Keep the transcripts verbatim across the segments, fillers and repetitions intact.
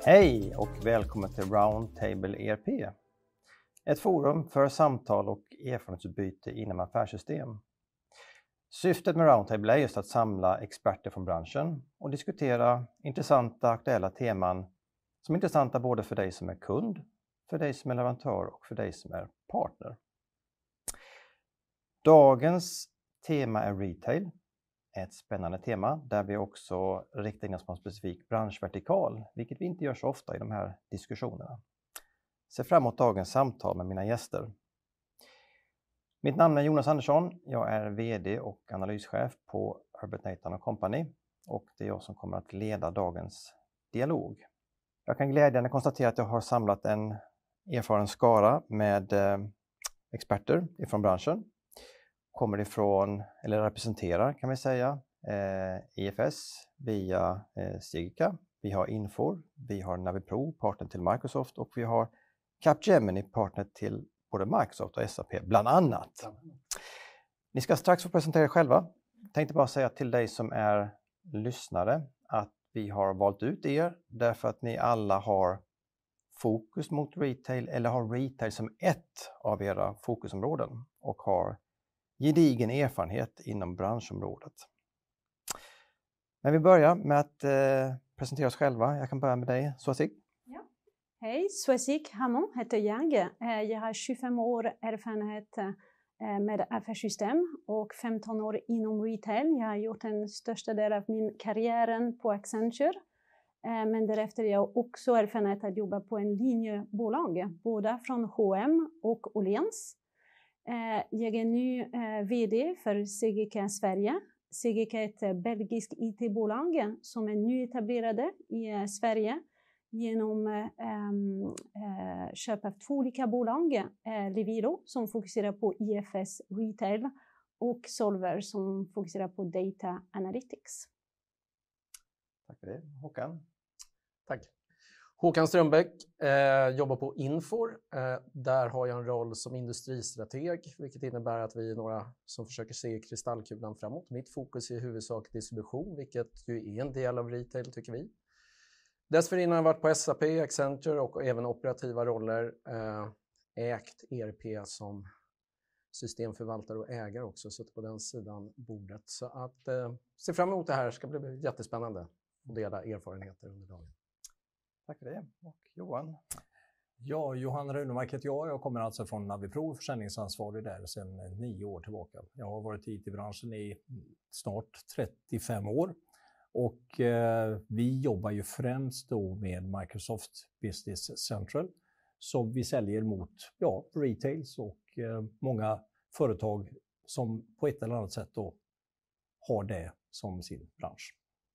Hej och välkommen till Roundtable E R P. Ett forum för samtal och erfarenhetsutbyte inom affärssystem. Syftet med Roundtable är just att samla experter från branschen och diskutera intressanta aktuella teman som är intressanta både för dig som är kund, för dig som är leverantör och för dig som är partner. Dagens tema är retail. Ett spännande tema där vi också riktar in oss på en specifik branschvertikal, vilket vi inte gör så ofta i de här diskussionerna. Se fram emot dagens samtal med mina gäster. Mitt namn är Jonas Andersson, jag är vd och analyschef på Herbert Nathan Company och det är jag som kommer att leda dagens dialog. Jag kan glädjande konstatera att jag har samlat en erfaren skara med eh, experter ifrån branschen. Kommer ifrån, eller representerar kan vi säga, eh, I F S via eh, Cigica. Vi har Infor, vi har Navipro, partner till Microsoft och vi har Capgemini, partner till både Microsoft och S A P bland annat. Ni ska strax få presentera er själva. Jag tänkte bara säga till dig som är lyssnare att vi har valt ut er därför att ni alla har fokus mot retail eller har retail som ett av era fokusområden och har gedigen erfarenhet inom branschområdet. Men vi börjar med att eh, presentera oss själva. Jag kan börja med dig, Swasik. Ja. Hej, Swasik Hamon heter jag. Jag har tjugofem år erfarenhet med affärssystem och femton år inom retail. Jag har gjort den största delen av min karriär på Accenture. Men därefter har jag också erfarenhet att jobba på en linjebolag, både från H och M och Åhléns. Jag är nu vd för Cigica Sverige. Cigica är ett belgiskt I T-bolag som är nyetablerade i Sverige genom um, uh, köp av två olika bolag. Uh, Liviro som fokuserar på I F S Retail och Solver som fokuserar på Data Analytics. Tack för det. Håkan. Tack. Håkan Strömbäck, eh, jobbar på Infor. Eh, där har jag en roll som industristrateg, vilket innebär att vi är några som försöker se kristallkulan framåt. Mitt fokus är i huvudsak distribution, vilket ju är en del av retail tycker vi. Dessförinnan har jag varit på S A P, Accenture och även operativa roller. Eh, ägt E R P som systemförvaltare och ägare också, så på den sidan bordet. Så att eh, se fram emot det här, ska bli jättespännande att dela erfarenheter under dagen. Tack för det. Och Johan? Ja, Johan Runemark heter jag. Jag kommer alltså från Navipro, försäljningsansvarig där sedan nio år tillbaka. Jag har varit i I T-branschen i snart trettiofem år. Och eh, vi jobbar ju främst då med Microsoft Business Central. Som vi säljer mot ja, retails och eh, många företag som på ett eller annat sätt då har det som sin bransch.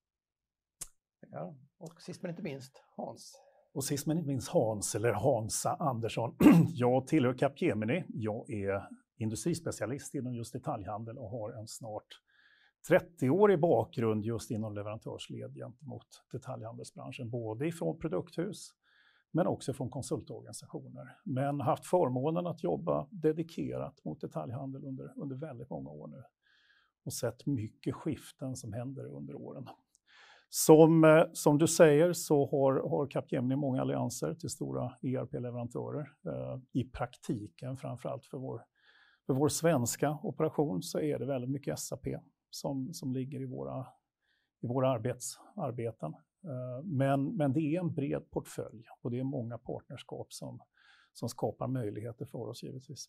Ja, och sist men inte minst Hans. Och sist men inte minst Hans, eller Hansa Andersson. Jag tillhör Capgemini. Jag är industrispecialist inom just detaljhandel och har en snart trettioårig bakgrund just inom leverantörsled gentemot detaljhandelsbranschen. Både ifrån produkthus men också från konsultorganisationer. Men haft förmånen att jobba dedikerat mot detaljhandel under, under väldigt många år nu. Och sett mycket skiften som händer under åren. Som, som du säger så har, har Capgemini många allianser till stora E R P-leverantörer. Eh, I praktiken, framförallt för vår, för vår svenska operation, så är det väldigt mycket S A P som, som ligger i våra, i våra arbets, arbeten. Eh, men, men det är en bred portfölj och det är många partnerskap som, som skapar möjligheter för oss givetvis.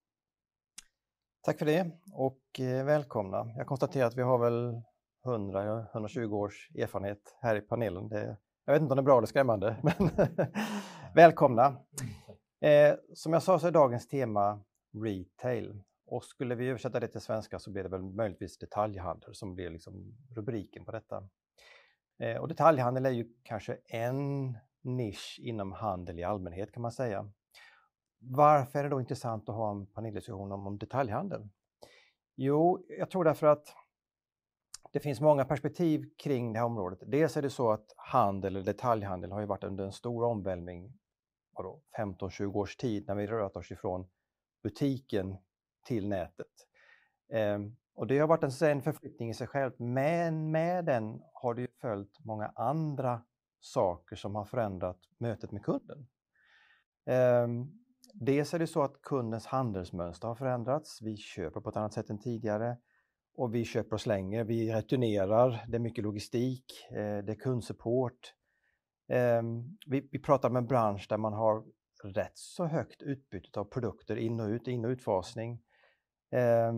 Tack för det och eh, välkomna. Jag konstaterar att vi har väl hundra till hundratjugo års erfarenhet här i panelen. Det, jag vet inte om det är bra eller skrämmande, men välkomna. Eh, som jag sa så är dagens tema retail. Och skulle vi översätta det till svenska så blir det väl möjligtvis detaljhandel som blir liksom rubriken på detta. Eh, och detaljhandel är ju kanske en nisch inom handel i allmänhet kan man säga. Varför är det då intressant att ha en paneldiskussion om, om detaljhandel? Jo, jag tror därför att det finns många perspektiv kring det här området. Dels är det så att handel eller detaljhandel har ju varit under en stor omvälvning femton till tjugo års tid när vi rört oss ifrån butiken till nätet. Eh, och det har varit en, en förflyttning i sig själv, men med den har det ju följt många andra saker som har förändrat mötet med kunden. Eh, dels är det så att kundens handelsmönster har förändrats. Vi köper på ett annat sätt än tidigare. Och vi köper och slänger, vi returnerar, det är mycket logistik, eh, det är kundsupport. Eh, vi, vi pratar om en bransch där man har rätt så högt utbyte av produkter in och ut, in- och utfasning. Eh,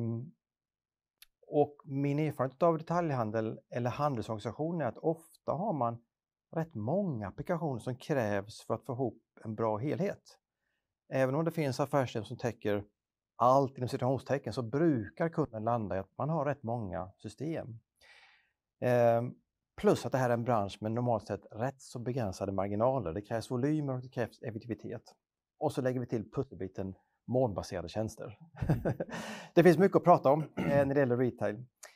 och min erfarenhet av detaljhandel eller handelsorganisation är att ofta har man rätt många applikationer som krävs för att få ihop en bra helhet. Även om det finns affärssystem som täcker allt inom situationstecken så brukar kunden landa i att man har rätt många system. Eh, plus att det här är en bransch med normalt sett rätt så begränsade marginaler. Det krävs volymer och det krävs effektivitet. Och så lägger vi till pusselbiten molnbaserade tjänster. Det finns mycket att prata om eh, när det gäller retail.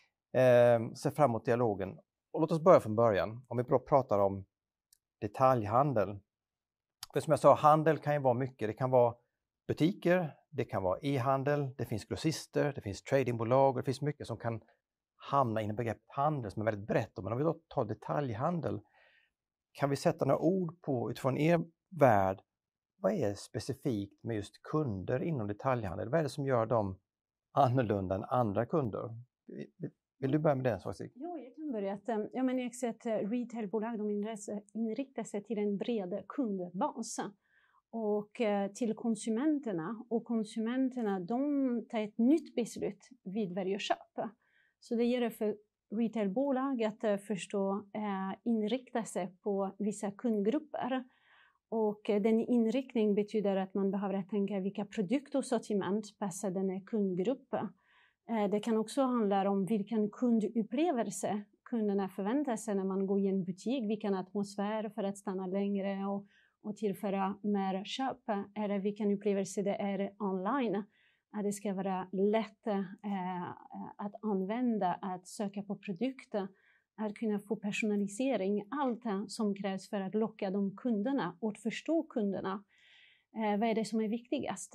Eh, se fram emot dialogen. Och låt oss börja från början. Om vi pratar om detaljhandel. För som jag sa, handel kan ju vara mycket. Det kan vara butiker, det kan vara e-handel, det finns grossister, det finns tradingbolag och det finns mycket som kan hamna in i begreppet handel som är väldigt brett. Men om vi då tar detaljhandel, kan vi sätta några ord på utifrån er värld, vad är specifikt med just kunder inom detaljhandel? Vad är det som gör dem annorlunda än andra kunder? Vill, vill du börja med det, Swazig? Ja, jag kan börja. Att, ja, men jag ser att retailbolag de inriktar sig till en bred kundbas. Och eh, till konsumenterna. Och konsumenterna de tar ett nytt beslut vid varje köp. Så det gäller för retailbolag att eh, förstå eh, inrikta sig på vissa kundgrupper. Och eh, den inriktning betyder att man behöver tänka vilka produkt och sortiment passar den här kundgruppen. Eh, det kan också handla om vilken kundupplevelse kunderna förväntar sig när man går i en butik. Vilken atmosfär för att stanna längre och och tillföra mer köp, eller vilken upplevelse det är online. Att det ska vara lätt eh, att använda, att söka på produkter, att kunna få personalisering, allt som krävs för att locka de kunderna och förstå kunderna. Eh, vad är det som är viktigast?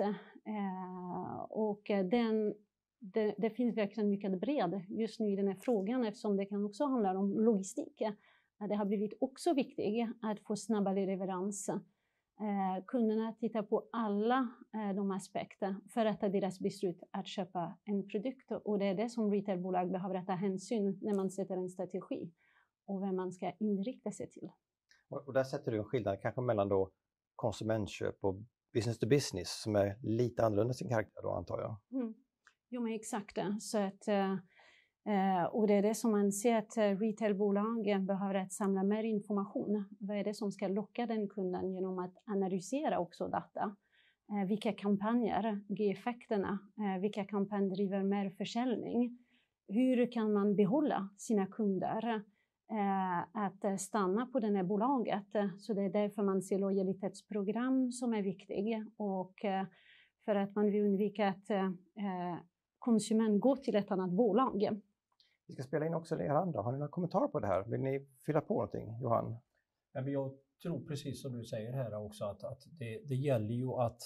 Eh, och den, det, det finns verkligen mycket bred just nu i den här frågan eftersom det kan också handla om logistik. Det har blivit också viktigt att få snabbare leverans. Eh, kunderna tittar på alla eh, de aspekter för att ta deras beslut att köpa en produkt. Och det är det som retailbolag behöver ta hänsyn när man sätter en strategi och vem man ska inrikta sig till. Och, och där sätter du en skillnad kanske mellan då konsumentköp och business to business som är lite annorlunda sin karaktär då antar jag. Mm. Jo men exakt. Så att... Eh, Uh, och det är det som man ser att uh, retailbolagen behöver att samla mer information. Vad är det som ska locka den kunden genom att analysera också data? Uh, vilka kampanjer ger effekterna? Uh, vilka kampanjer driver mer försäljning? Hur kan man behålla sina kunder uh, att stanna på det här bolaget? Så det är därför man ser lojalitetsprogram som är viktiga. Och uh, för att man vill undvika att uh, konsument går till ett annat bolag. Vi ska spela in också er andra. Har ni några kommentarer på det här? Vill ni fylla på någonting, Johan? Ja, men jag tror precis som du säger här också att, att det, det gäller ju att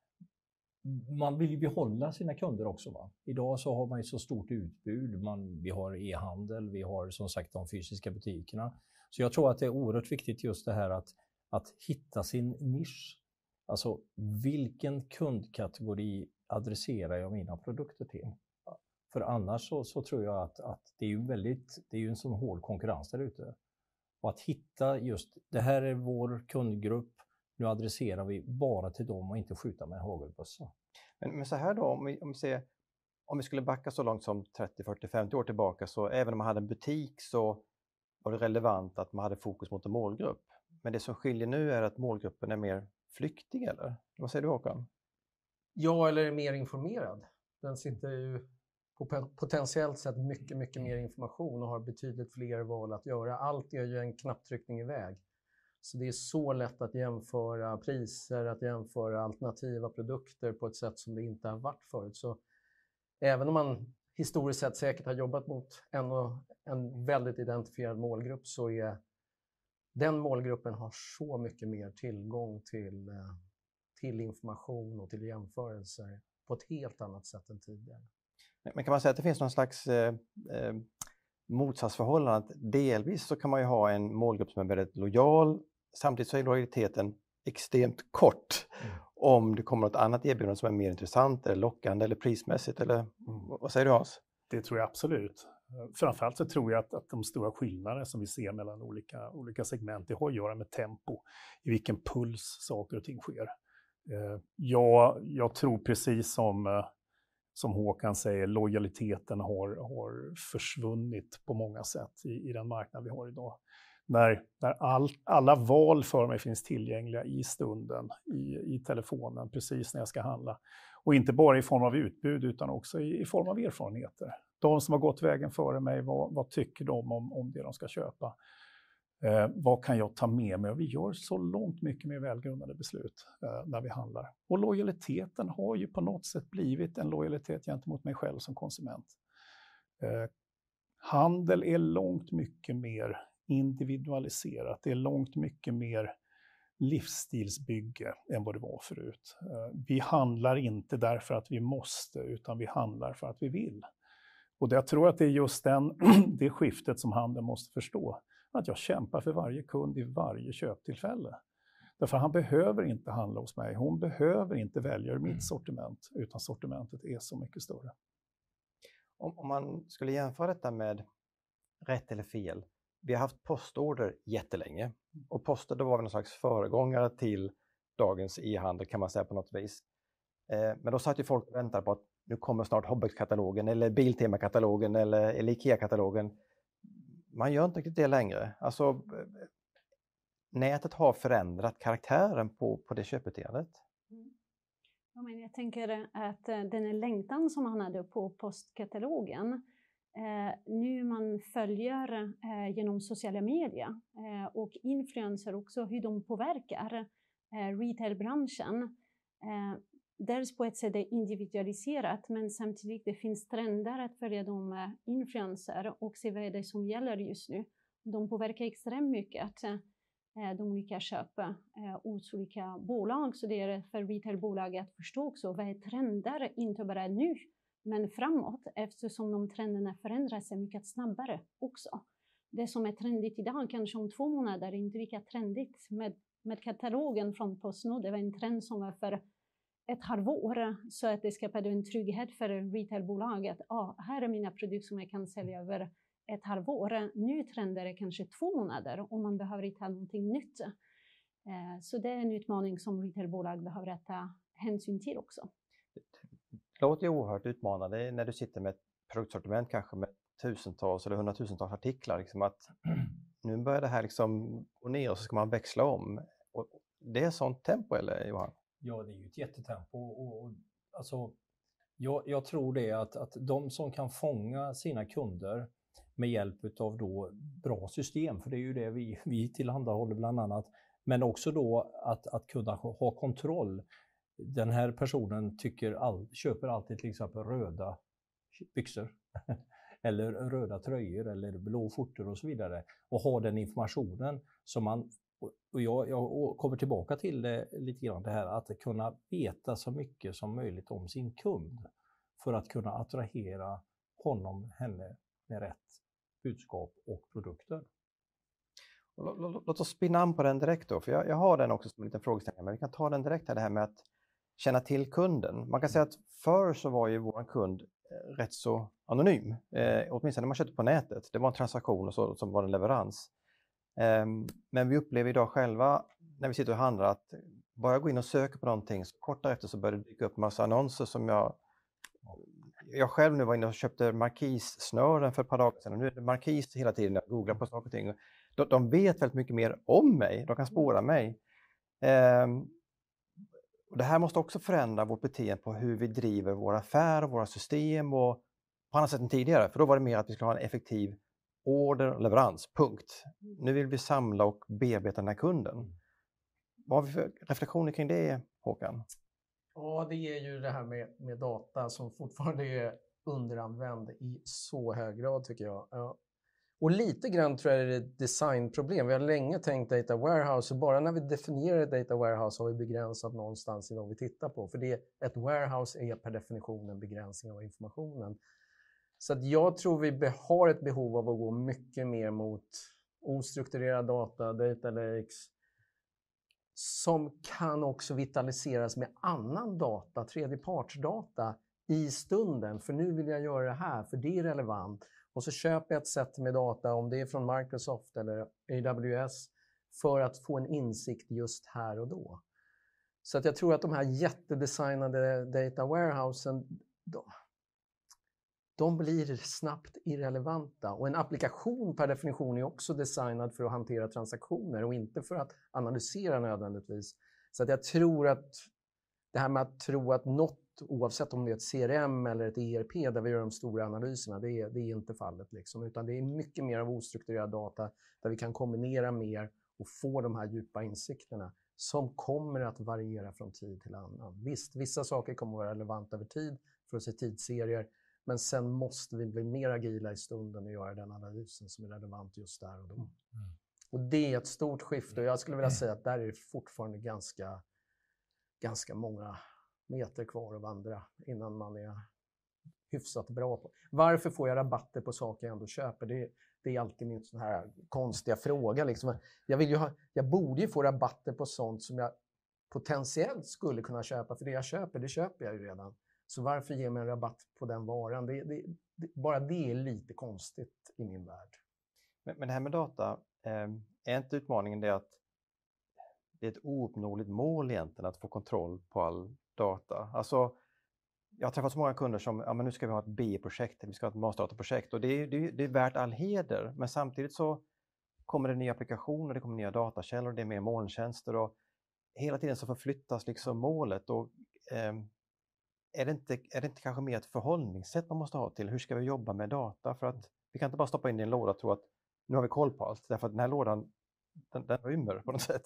man vill ju behålla sina kunder också. Va? Idag så har man ju så stort utbud. Man, vi har e-handel, vi har som sagt de fysiska butikerna. Så jag tror att det är oerhört viktigt just det här att, att hitta sin nisch. Alltså vilken kundkategori adresserar jag mina produkter till? För annars så, så tror jag att, att det är ju väldigt, det är ju en sån hård konkurrens där ute. Och att hitta just, det här är vår kundgrupp, nu adresserar vi bara till dem och inte skjuta med en hagelbössa. Men, men så här då, om vi, om, vi ser, om vi skulle backa så långt som trettio, fyrtio, femtio år tillbaka så även om man hade en butik så var det relevant att man hade fokus mot en målgrupp. Men det som skiljer nu är att målgruppen är mer flyktig eller? Vad säger du Håkan? Ja, eller mer informerad. Den sitter ju på potentiellt sett mycket, mycket mer information och har betydligt fler val att göra. Allt är ju en knapptryckning iväg. Så det är så lätt att jämföra priser, att jämföra alternativa produkter på ett sätt som det inte har varit förut. Så även om man historiskt sett säkert har jobbat mot en, en väldigt identifierad målgrupp så är den målgruppen har så mycket mer tillgång till, till information och till jämförelser på ett helt annat sätt än tidigare. Men kan man säga att det finns någon slags eh, motsatsförhållandet. Delvis så kan man ju ha en målgrupp som är väldigt lojal. Samtidigt så är lojaliteten extremt kort mm. om det kommer något annat erbjudande som är mer intressant eller lockande eller prismässigt. Eller, mm. Vad säger du, Hans? Det tror jag absolut. Framförallt så tror jag att, att de stora skillnaderna som vi ser mellan olika, olika segment, det har att göra med tempo, i vilken puls saker och ting sker. Eh, jag, jag tror precis som, eh, som Håkan säger, lojaliteten har, har försvunnit på många sätt i, i den marknad vi har idag. När, när all, alla val för mig finns tillgängliga i stunden, i, i telefonen, precis när jag ska handla. Och inte bara i form av utbud utan också i, i form av erfarenheter. De som har gått vägen före mig, vad, vad tycker de om, om det de ska köpa? Eh, vad kan jag ta med mig? Och vi gör så långt mycket mer välgrundade beslut eh, när vi handlar. Och lojaliteten har ju på något sätt blivit en lojalitet gentemot mig själv som konsument. Eh, handel är långt mycket mer individualiserat. Det är långt mycket mer livsstilsbygge än vad det var förut. Vi handlar inte därför att vi måste, utan vi handlar för att vi vill. Och jag tror att det är just den, det skiftet som handeln måste förstå. Att jag kämpar för varje kund i varje köptillfälle. Därför han behöver inte handla hos mig. Hon behöver inte välja ur mitt sortiment, utan sortimentet är så mycket större. Om, om man skulle jämföra detta med rätt eller fel. Vi har haft postorder jättelänge. Och poster då var vi någon slags föregångare till dagens e-handel kan man säga på något vis. Eh, men då satt ju folk och väntade på att nu kommer snart Hobbex-katalogen eller Biltema-katalogen eller, eller Ikea-katalogen. Man gör inte riktigt det längre. Alltså, nätet har förändrat karaktären på, på det köpbeteendet. Mm. Ja, men jag tänker att den här längtan som han hade på postkatalogen, eh, nu man följer eh, genom sociala medier eh, och influencer också hur de påverkar eh, retailbranschen. Eh, dels på ett sätt är individualiserat, men samtidigt det finns trender att följa de eh, influencer och se vad det är som gäller just nu. De påverkar extremt mycket att eh, de olika köp eh, hos olika bolag, så det är för retailbolag att förstå också vad är trender, inte bara nu men framåt, eftersom de trenderna förändrar sig mycket snabbare också. Det som är trendigt idag kanske om två månader är inte lika trendigt. Med, med katalogen från Postnord, det var en trend som var för ett halvår, så att det skapade en trygghet för retailbolaget. Ah, här är mina produkter som jag kan sälja över ett halvår. Nu trender är kanske två månader och man behöver hitta någonting nytt. Eh, så det är en utmaning som retailbolag behöver ta hänsyn till också. Det låter ju oerhört utmanande när du sitter med ett produktsortiment kanske med tusentals eller hundratusentals artiklar. Liksom att nu börjar det här liksom gå ner och så ska man växla om. Och det är sånt tempo, eller Johan? Ja, det är ju ett jättetempo. Och, och, alltså, jag, jag tror det att, att de som kan fånga sina kunder med hjälp av då bra system, för det är ju det vi, vi tillhandahåller bland annat, men också då att, att kunna ha kontroll. Den här personen tycker all, köper alltid till exempel röda byxor eller röda tröjor eller blå skjortor och så vidare, och ha den informationen som man, och jag, jag kommer tillbaka till det lite grann, det här att kunna veta så mycket som möjligt om sin kund för att kunna attrahera honom, henne med rätt budskap och produkter. Låt oss spinna an på den direkt då, för jag, jag har den också som en liten frågeställning, men vi kan ta den direkt här, det här med att känna till kunden. Man kan säga att förr så var ju vår kund rätt så anonym, eh, åtminstone när man köpte på nätet. Det var en transaktion och så, som var en leverans. Eh, men vi upplever idag själva när vi sitter och handlar att bara jag går in och söker på någonting, så kort därefter så börjar det dyka upp en massa annonser som jag Jag själv nu var inne och köpte markissnören för ett par dagar sedan, och nu är det markis hela tiden när jag googlar på saker och ting. De, de vet väldigt mycket mer om mig, de kan spåra mig. Um, och det här måste också förändra vårt beteende på hur vi driver våra affärer, våra system och på annat sätt än tidigare. För då var det mer att vi skulle ha en effektiv order och leverans, punkt. Nu vill vi samla och bearbeta den här kunden. Vad har vi för reflektioner kring det, Håkan? Ja, det är ju det här med, med data som fortfarande är underanvänd i så hög grad, tycker jag. Ja. Och lite grann tror jag det är ett designproblem. Vi har länge tänkt data warehouse, och bara när vi definierar data warehouse har vi begränsat någonstans i vad vi tittar på. För det, ett warehouse är per definition en begränsning av informationen. Så att jag tror vi har ett behov av att gå mycket mer mot ostrukturerad data, data lakes, som kan också vitaliseras med annan data, tredjepartsdata i stunden. För nu vill jag göra det här, för det är relevant. Och så köper jag ett set med data, om det är från Microsoft eller A W S, för att få en insikt just här och då. Så att jag tror att de här jättedesignade data warehousen, de, de blir snabbt irrelevanta. Och en applikation per definition är också designad för att hantera transaktioner och inte för att analysera nödvändigtvis. Så att jag tror att det här med att tro att något, oavsett om det är ett C R M eller ett E R P där vi gör de stora analyserna, det är, det är inte fallet. Liksom. Utan det är mycket mer av ostrukturerad data där vi kan kombinera mer och få de här djupa insikterna som kommer att variera från tid till annan. Visst, vissa saker kommer att vara relevanta över tid för att se tidsserier, men sen måste vi bli mer agila i stunden och göra den analysen som är relevant just där och då. Mm. Och det är ett stort skifte och jag skulle vilja säga att där är det fortfarande ganska, ganska många meter kvar att vandra innan man är hyfsat bra på. Varför får jag rabatter på saker jag ändå köper? Det, det är alltid min sån här konstiga fråga. Liksom. Jag, vill ju ha, jag borde ju få rabatter på sånt som jag potentiellt skulle kunna köpa, för det jag köper, det köper jag ju redan. Så varför ge mig en rabatt på den varan? Det, det, det, bara det är lite konstigt i min värld. Men, men det här med data, eh, är inte utmaningen det att det är ett ouppnåeligt mål egentligen att få kontroll på all data? Alltså, jag har träffat så många kunder som, ja men nu ska vi ha ett B I-projekt, vi ska ha ett masterdataprojekt och det är, det, är, det är värt all heder. Men samtidigt så kommer det nya applikationer, det kommer nya datakällor, det är mer molntjänster och hela tiden så förflyttas liksom målet. Och, eh, är, det inte, är det inte kanske mer ett förhållningssätt man måste ha till hur ska vi jobba med data? För att vi kan inte bara stoppa in i en låda och tro att nu har vi koll på allt. Därför att den här lådan, den, den rymmer på något sätt.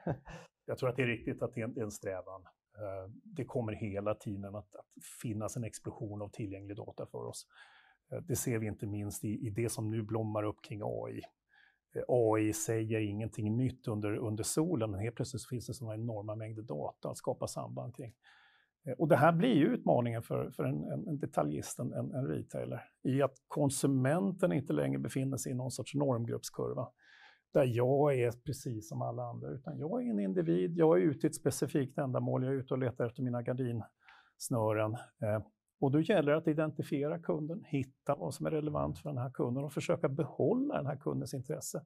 Jag tror att det är riktigt att det är en strävan. Det kommer hela tiden att, att finnas en explosion av tillgänglig data för oss. Det ser vi inte minst i, i det som nu blommar upp kring A I. A I säger ingenting nytt under, under solen, men helt plötsligt finns det sådana enorma mängder data att skapa samband kring. Och det här blir ju utmaningen för, för en, en detaljist, en, en retailer, i att konsumenten inte längre befinner sig i någon sorts normgruppskurva. Där jag är precis som alla andra, utan jag är en individ, jag är ute i ett specifikt ändamål, jag är ute och letar efter mina gardinsnören. Eh, och då gäller det att identifiera kunden, hitta vad som är relevant för den här kunden och försöka behålla den här kundens intresse.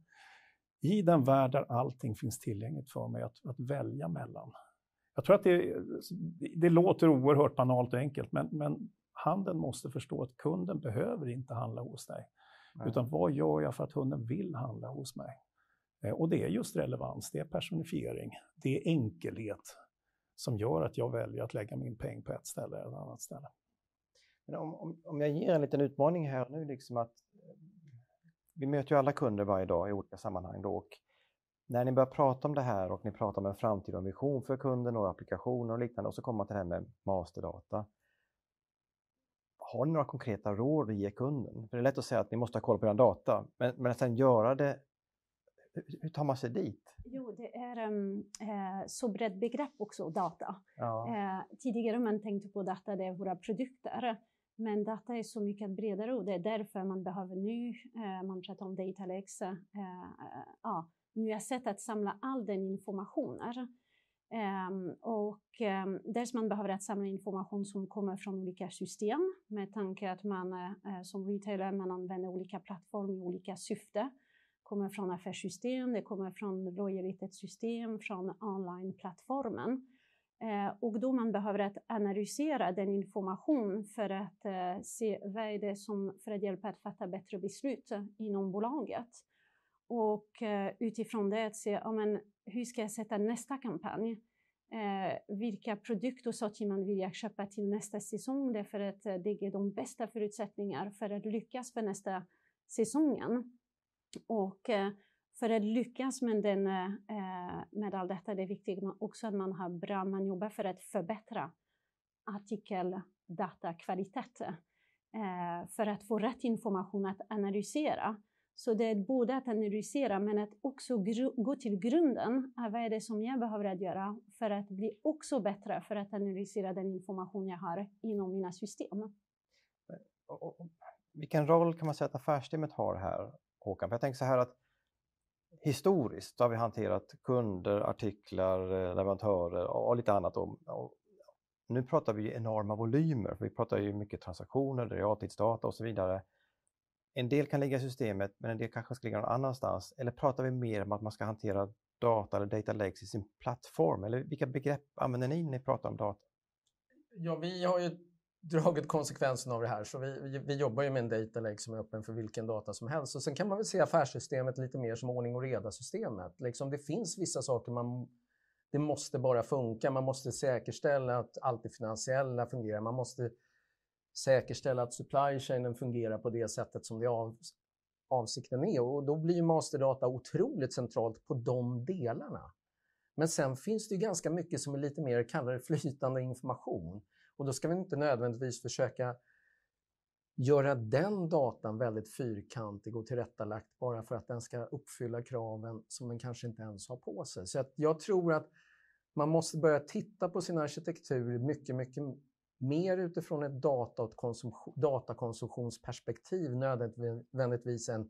I den värld där allting finns tillgängligt för mig att, att välja mellan. Jag tror att det, det låter oerhört banalt och enkelt, men, men handeln måste förstå att kunden behöver inte handla hos dig. Nej. Utan vad gör jag för att kunden vill handla hos mig? Och det är just relevans, det är personifiering, det är enkelhet som gör att jag väljer att lägga min peng på ett ställe eller ett annat ställe. Men om, om, om jag ger en liten utmaning här nu, liksom att vi möter ju alla kunder varje dag i olika sammanhang då, och när ni börjar prata om det här och ni pratar om en framtid och en vision för kunden och applikationer och liknande och så kommer man till det här med masterdata. Har ni några konkreta råd att ge kunden? För det är lätt att säga att ni måste ha koll på den data, men, men att sen göra det, hur tar man sig dit? Jo, det är um, eh, så brett begrepp också, data. Ja. Eh, tidigare man tänkte på data, det är våra produkter. Men data är så mycket bredare och det är därför man behöver nu, eh, man pratar om data lakes, eh, eh, ja, nya sätt att samla all den informationen. Um, och um, dels man behöver att samla information som kommer från olika system med tanke att man uh, som retailer man använder olika plattformar i olika syfte. Kommer från affärssystem, det kommer från lojalitetssystem, från online-plattformen. Uh, och då man behöver att analysera den information för att uh, se vad är det som för att hjälpa att fatta bättre beslut inom bolaget. Och uh, utifrån det att se, ja, men, hur ska jag sätta nästa kampanj? Eh, vilka produkter och sortiment vill jag köpa till nästa säsong? Därför att eh, det ger de bästa förutsättningar för att lyckas för nästa säsongen. Och eh, för att lyckas med, den, eh, med allt detta, det är viktigt också att man har bra, man jobbar för att förbättra artikeldatakvalitet. Eh, för att få rätt information att analysera. Så det är både att analysera men att också gru- gå till grunden av vad är det som jag behöver att göra för att bli också bättre för att analysera den information jag har inom mina system. Och, och, vilken roll kan man säga att affärssystemet har här, Håkan? För jag tänker så här att historiskt har vi hanterat kunder, artiklar, leverantörer och, och lite annat. Och, och nu pratar vi enorma volymer. För vi pratar ju mycket transaktioner, realtidsdata och så vidare. En del kan ligga i systemet, men en del kanske ska ligga någon annanstans. Eller pratar vi mer om att man ska hantera data eller data lakes i sin plattform? Eller vilka begrepp använder ni när ni pratar om data? Ja, vi har ju dragit konsekvensen av det här. Så vi, vi, vi jobbar ju med en data lake som är öppen för vilken data som helst. Och sen kan man väl se affärssystemet lite mer som ordning och reda systemet. Liksom det finns vissa saker man... Det måste bara funka. Man måste säkerställa att allt det finansiella fungerar. Man måste säkerställa att supply chainen fungerar på det sättet som det av, avsikten är. Och då blir masterdata otroligt centralt på de delarna. Men sen finns det ju ganska mycket som är lite mer kallare flytande information. Och då ska vi inte nödvändigtvis försöka göra den datan väldigt fyrkantig och tillrättalagt bara för att den ska uppfylla kraven som den kanske inte ens har på sig. Så att jag tror att man måste börja titta på sin arkitektur mycket, mycket mer utifrån ett data- och konsumtion, datakonsumtionsperspektiv nödvändigtvis än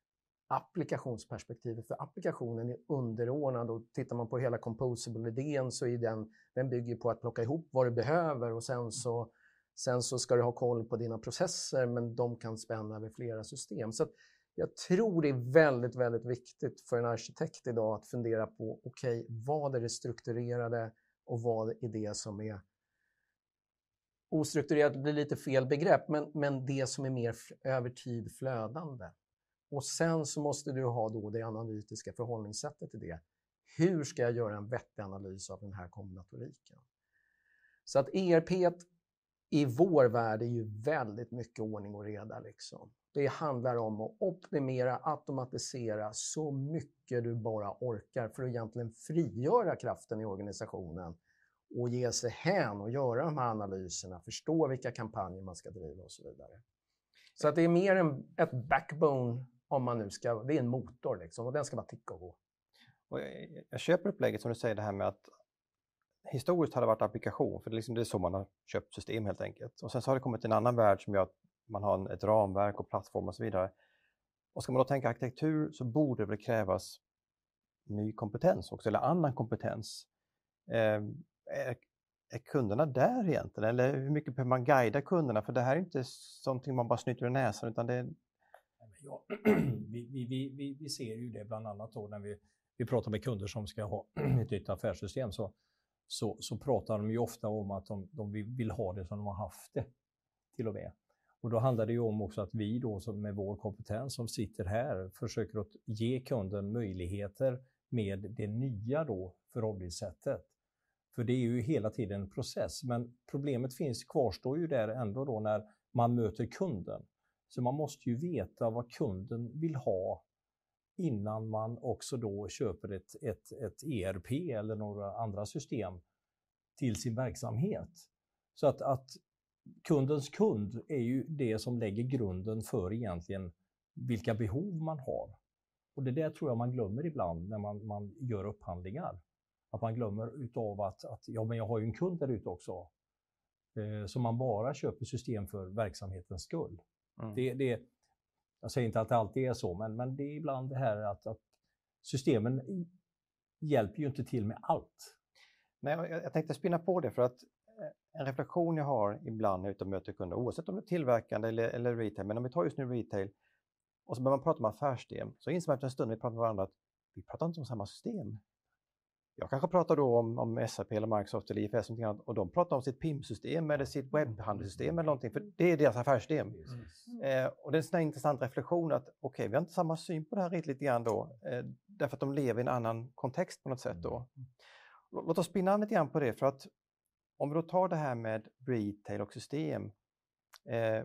applikationsperspektivet. För applikationen är underordnad och tittar man på hela composable-idén så är den, den bygger på att plocka ihop vad du behöver och sen så, sen så ska du ha koll på dina processer men de kan spänna över flera system. Så att jag tror det är väldigt, väldigt viktigt för en arkitekt idag att fundera på okej, okay, vad är det strukturerade och vad är det som är ostrukturerat, blir lite fel begrepp, men, men det som är mer över tid flödande. Och sen så måste du ha då det analytiska förhållningssättet till det. Hur ska jag göra en vettig analys av den här kombinatoriken? Så att E R P i vår värld är ju väldigt mycket ordning och reda. Liksom. Det handlar om att optimera, automatisera så mycket du bara orkar för att egentligen frigöra kraften i organisationen och ge sig hän och göra de här analyserna, förstå vilka kampanjer man ska driva och så vidare. Så att det är mer en, ett backbone om man nu ska, det är en motor liksom och den ska bara ticka och gå. Och jag, jag köper upplägget som du säger det här med att historiskt har det varit applikation, för det är, liksom, det är så man har köpt system helt enkelt. Och sen så har det kommit en annan värld som gör att man har en, ett ramverk och plattform och så vidare. Och ska man då tänka arkitektur så borde det väl krävas ny kompetens också, eller annan kompetens. Eh, är, är kunderna där egentligen? Eller hur mycket behöver man guida kunderna? För det här är inte någonting man bara snyter i näsan, utan det är... Ja, vi, vi, vi, vi ser ju det bland annat då när vi, vi pratar med kunder som ska ha ett nytt affärssystem så, så, så pratar de ju ofta om att de, de vill ha det som de har haft det till och med. Och då handlar det ju om också att vi då som med vår kompetens som sitter här försöker att ge kunden möjligheter med det nya då förhållningssättet. För det är ju hela tiden en process, men problemet finns kvarstår ju där ändå då när man möter kunden. Så man måste ju veta vad kunden vill ha innan man också då köper ett, ett, ett E R P eller några andra system till sin verksamhet. Så att, att kundens kund är ju det som lägger grunden för egentligen vilka behov man har. Och det där tror jag man glömmer ibland när man, man gör upphandlingar. Att man glömmer utav att, att ja, men jag har ju en kund där ute också. Eh, så man bara köper system för verksamhetens skull. Mm. Det, det, jag säger inte att det alltid är så, men, men det är ibland det här att, att systemen hjälper ju inte till med allt. Nej, jag, jag tänkte spinna på det för att en reflektion jag har ibland när jag är ute och möter kunder, oavsett om det är tillverkande eller, eller retail, men om vi tar just nu retail och så börjar man prata om affärssystem, så inser man efter en stund när vi pratar med varandra att vi pratar inte om samma system. Jag kanske pratar då om, om S A P eller Microsoft eller I F S och de pratar om sitt P I M-system eller sitt webbhandelssystem eller någonting, för det är deras affärssystem. Mm. Eh, och det är en sån här intressant reflektion att okej, okay, vi har inte samma syn på det här riktigt lite grann då, eh, därför att de lever i en annan kontext på något sätt då. Låt oss spinna lite grann på det, för att om vi då tar det här med retail och system, eh,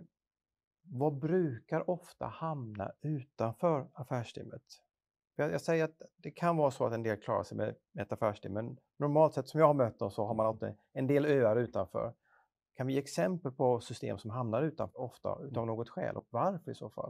vad brukar ofta hamna utanför affärssystemet? Jag, jag säger att det kan vara så att en del klarar sig med, med ett affärssystem, men normalt sett som jag har mött dem så har man ofta en del öar utanför. Kan vi ge exempel på system som hamnar utanför ofta utav något skäl och varför i så fall?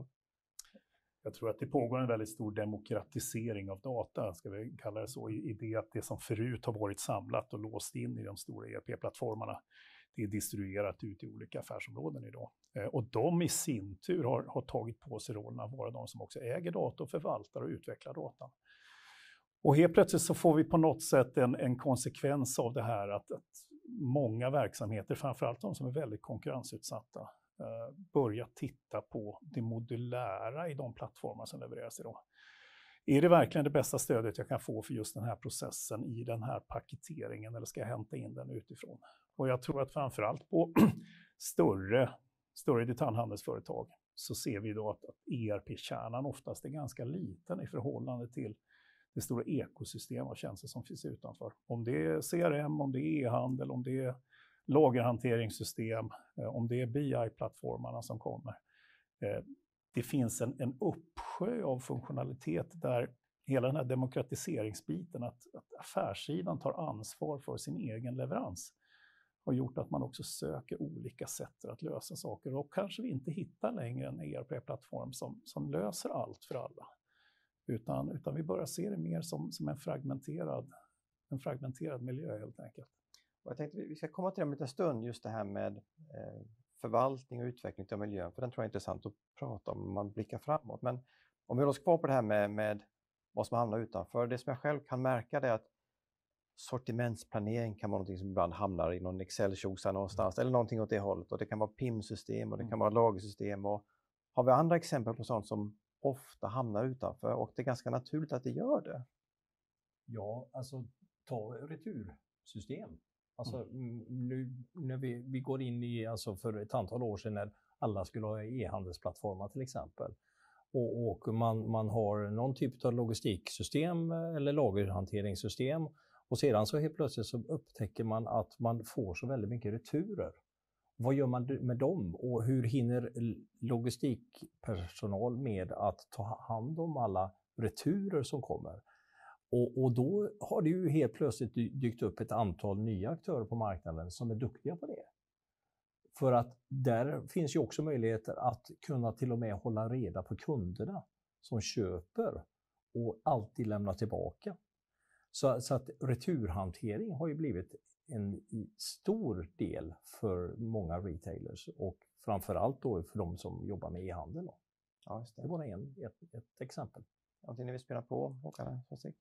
Jag tror att det pågår en väldigt stor demokratisering av data, ska vi kalla det så, i det att det som förut har varit samlat och låst in i de stora E R P-plattformarna, det är distribuerat ut i olika affärsområden idag. Eh, och de i sin tur har, har tagit på sig rollen att vara de som också äger data och förvaltar och utvecklar datan. Och helt plötsligt så får vi på något sätt en, en konsekvens av det här att, att många verksamheter, framförallt de som är väldigt konkurrensutsatta, eh, börjar titta på det modulära i de plattformar som levereras idag. Är det verkligen det bästa stödet jag kan få för just den här processen i den här paketeringen, eller ska jag hämta in den utifrån? Och jag tror att framförallt på större, större detaljhandelsföretag så ser vi då att, att E R P-kärnan oftast är ganska liten i förhållande till det stora ekosystem av tjänster som finns utanför. Om det är C R M, om det är e-handel, om det är lagerhanteringssystem, om det är B I-plattformarna som kommer. Det finns en, en uppsjö av funktionalitet där hela den här demokratiseringsbiten, att, att affärssidan tar ansvar för sin egen leverans, har gjort att man också söker olika sätt att lösa saker. Och kanske vi inte hittar längre en E R P-plattform som, som löser allt för alla. Utan, utan vi börjar se det mer som, som en, fragmenterad, en fragmenterad miljö helt enkelt. Och jag tänkte vi ska komma till det om en liten stund, just det här med eh, förvaltning och utveckling av miljön. För den tror jag är intressant att prata om, om man blickar framåt. Men om vi håller oss kvar på det här med, med vad som hamnar utanför. Det som jag själv kan märka är att sortimentsplanering kan vara något som ibland hamnar i någon Excel-tjosa någonstans. Eller någonting åt det hållet. Och det kan vara P I M-system och det kan vara lagersystem. Och har vi andra exempel på sånt som ofta hamnar utanför, och det är ganska naturligt att det gör det? Ja, alltså ta retursystem. Alltså mm. nu när vi, vi går in i, alltså för ett antal år sedan när alla skulle ha e-handelsplattformar till exempel. Och, och man, man har någon typ av logistiksystem eller lagerhanteringssystem. Och sedan så helt plötsligt så upptäcker man att man får så väldigt mycket returer. Vad gör man med dem? Och hur hinner logistikpersonal med att ta hand om alla returer som kommer? Och, och då har det ju helt plötsligt dykt upp ett antal nya aktörer på marknaden som är duktiga på det. För att där finns ju också möjligheter att kunna till och med hålla reda på kunderna som köper och alltid lämna tillbaka. Så, så att returhantering har ju blivit en stor del för många retailers och framförallt då för de som jobbar med e-handel. Ja, just det. Det var en, ett, ett exempel. Någonting ni vill spela på, Håkan?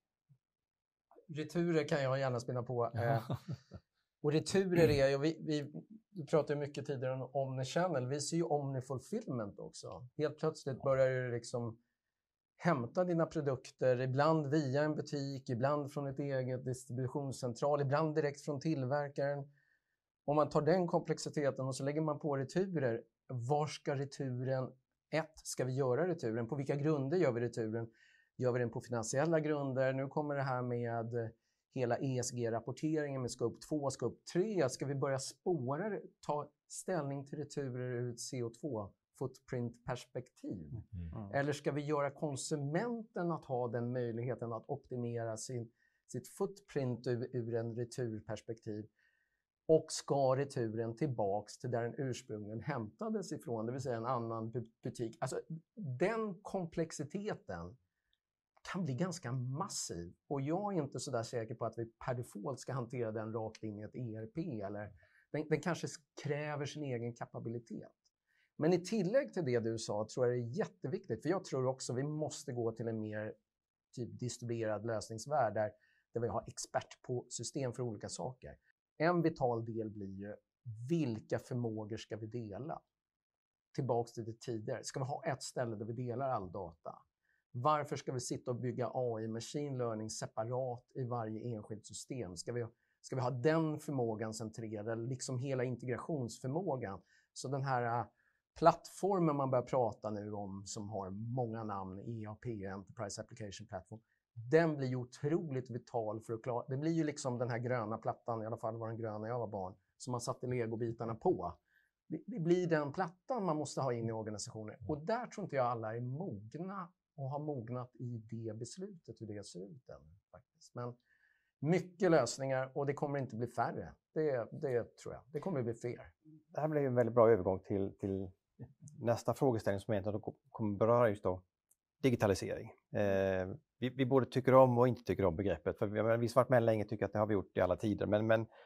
Returer kan jag gärna spela på. Ja. Och returer är ju, vi, vi, vi pratade ju mycket tidigare om omnichannel. Vi ser ju omnifulfillment också. Helt plötsligt börjar du liksom hämta dina produkter, ibland via en butik, ibland från ett eget distributionscentral, ibland direkt från tillverkaren. Om man tar den komplexiteten och så lägger man på returer, var ska returen, ett, ska vi göra returen? På vilka grunder gör vi returen? Gör vi den på finansiella grunder? Nu kommer det här med hela E S G-rapporteringen med scope två, scope tre. Ska vi börja spåra, ta ställning till returer ur ett C O två footprint-perspektiv? Mm. Eller ska vi göra konsumenten att ha den möjligheten att optimera sin, sitt footprint ur, ur en returperspektiv? Och ska returen tillbaks till där den ursprungligen hämtades ifrån, det vill säga en annan butik. Alltså den komplexiteten kan bli ganska massiv. Och jag är inte så där säker på att vi per default ska hantera den rakt in i ett E R P. Eller, den, den kanske kräver sin egen kapabilitet. Men i tillägg till det du sa tror jag det är jätteviktigt. För jag tror också vi måste gå till en mer typ distribuerad lösningsvärld där, där vi har expert på system för olika saker. En vital del blir ju vilka förmågor ska vi dela? Tillbaks till det tidigare. Ska vi ha ett ställe där vi delar all data? Varför ska vi sitta och bygga A I, machine learning, separat i varje enskilt system? Ska vi, ska vi ha den förmågan centrerad, liksom hela integrationsförmågan? Så den här uh, plattformen man börjar prata nu om, som har många namn, E A P, Enterprise Application Platform, den blir ju otroligt vital för att klara. Det blir ju liksom den här gröna plattan, i alla fall var den grön när jag var barn, som man satte legobitarna på. Det, det blir den plattan man måste ha in i organisationer. Och där tror inte jag alla är mogna och har mognat i det beslutet, hur det ser ut än, faktiskt. Men mycket lösningar och det kommer inte bli färre. Det, det tror jag. Det kommer bli fler. Det här blir en väldigt bra övergång till, till nästa frågeställning som egentligen kommer beröra just då digitalisering. Eh, vi, vi både tycker om och inte tycker om begreppet. För vi har visst varit med länge, tycker att det har vi gjort i alla tider. Men, men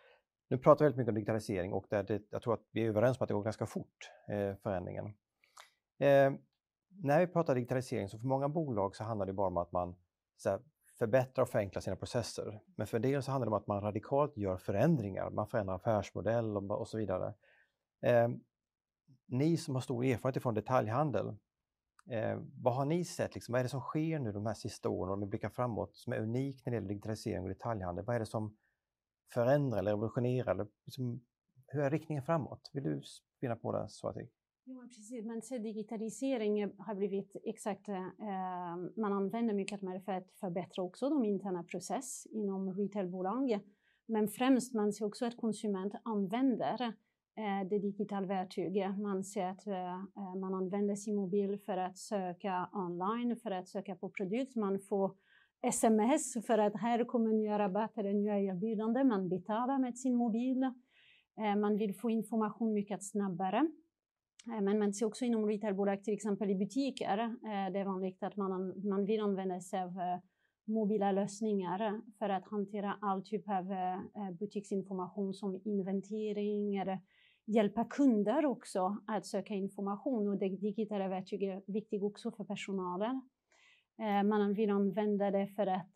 Nu pratar vi väldigt mycket om digitalisering och det, det, jag tror att vi är överens om att det går ganska fort, eh, förändringen. Eh, när vi pratar digitalisering så för många bolag så handlar det bara om att man så här, förbättrar och förenklar sina processer. Men för en del så handlar det om att man radikalt gör förändringar, man förändrar affärsmodell och, och så vidare. Eh, ni som har stor erfarenhet från detaljhandel, eh, vad har ni sett? Liksom, vad är det som sker nu de här sista åren om vi blickar framåt som är unikt när det gäller digitalisering och detaljhandel? Vad är det som förändrar eller revolutionerar? Eller liksom, hur är riktningen framåt? Vill du spinna på det, Swati? Ja, precis. Man ser digitalisering har blivit exakt, eh, man använder mycket mer för att förbättra också de interna process inom retailbolag. Men främst man ser också att konsument använder eh, det digitala verktyget. Man ser att eh, man använder sin mobil för att söka online, för att söka på produkt. Man får sms för att här kommer nya rabatter, nya erbjudanden. Man betalar med sin mobil. Eh, man vill få information mycket snabbare. Men man ser också inom retailbolag, till exempel i butiker, det är vanligt att man, man vill använda sig av mobila lösningar för att hantera all typ av butiksinformation som inventering eller hjälpa kunder också att söka information. Och det digitala verktyget är viktigt också för personalen. Man vill använda det för att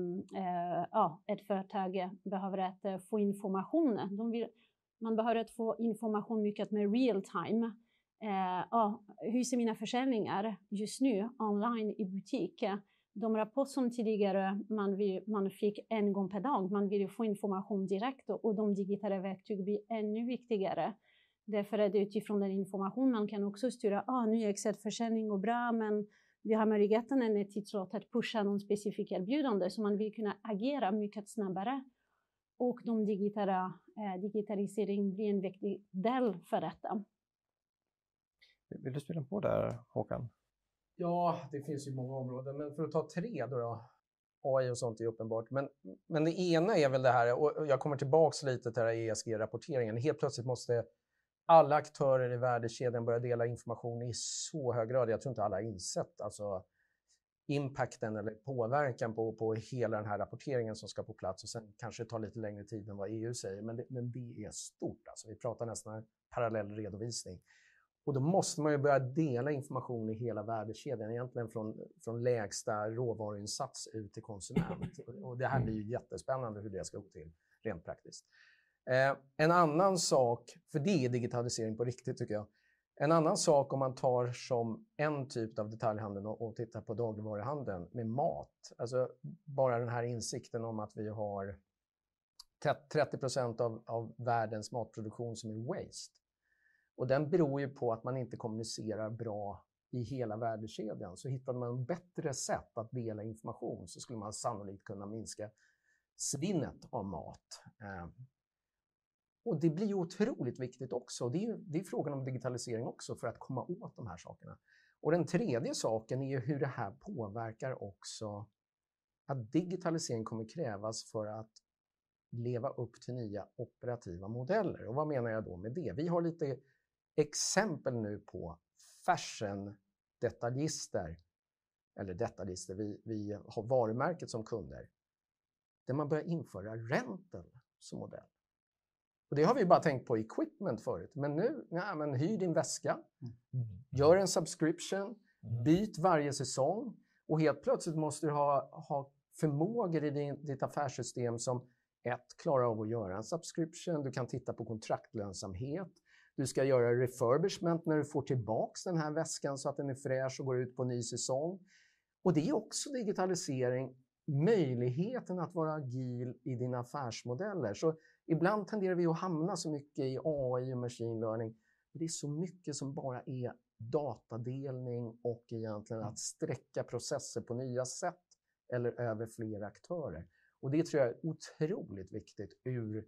ja, ett företag behöver att få information. De vill, man behöver att få information mycket med real time. Uh, ja, hur ser mina försäljningar just nu online i butik? De rapporter som tidigare man, vill, man fick en gång per dag, man vill ju få information direkt och, och de digitala verktyg blir ännu viktigare. Därför är det utifrån den information man kan också styra, ah, nu är Excel-försäljning och bra, men vi har möjligheten en tidslott att pusha någon specifik erbjudande så man vill kunna agera mycket snabbare. Och de digitala, eh, digitalisering blir en viktig del för detta. Vill du spela på där, Håkan? Ja, det finns ju många områden, men för att ta tre då, då A I och sånt är uppenbart. Men, men det ena är väl det här, och jag kommer tillbaka lite till den här E S G-rapporteringen. Helt plötsligt måste alla aktörer i värdekedjan börja dela information i så hög grad. Jag tror inte alla har insett alltså impacten eller påverkan på, på hela den här rapporteringen som ska på plats. Och sen kanske det tar lite längre tid än vad E U säger, men det, men det är stort. Alltså, vi pratar nästan parallell redovisning. Och då måste man ju börja dela information i hela värdekedjan, egentligen från, från lägsta råvaruinsats ut till konsument. Och det här blir ju jättespännande hur det ska gå till rent praktiskt. Eh, en annan sak, för det är digitalisering på riktigt tycker jag. En annan sak om man tar som en typ av detaljhandeln och, och tittar på dagligvaruhandeln med mat. Alltså bara den här insikten om att vi har trettio procent av, av världens matproduktion som är waste. Och den beror ju på att man inte kommunicerar bra i hela värdekedjan. Så hittar man bättre sätt att dela information så skulle man sannolikt kunna minska svinnet av mat. Och det blir ju otroligt viktigt också. Det är, ju, det är frågan om digitalisering också för att komma åt de här sakerna. Och den tredje saken är ju hur det här påverkar också att digitalisering kommer krävas för att leva upp till nya operativa modeller. Och vad menar jag då med det? Vi har lite exempel nu på fashion-detaljister, eller detaljister, vi, vi har varumärket som kunder, där man börjar införa rental som modell. Och det har vi bara tänkt på equipment förut, men nu, ja, men hyr din väska, mm. gör en subscription, mm. byt varje säsong och helt plötsligt måste du ha, ha förmågor i din, ditt affärssystem som ett, klarar av att göra en subscription, du kan titta på kontraktlönsamhet, du ska göra refurbishment när du får tillbaks den här väskan så att den är fräsch och går ut på ny säsong. Och det är också digitalisering, möjligheten att vara agil i dina affärsmodeller. Så ibland tenderar vi att hamna så mycket i A I och machine learning. Det är så mycket som bara är datadelning och egentligen att sträcka processer på nya sätt eller över flera aktörer. Och det tror jag är otroligt viktigt ur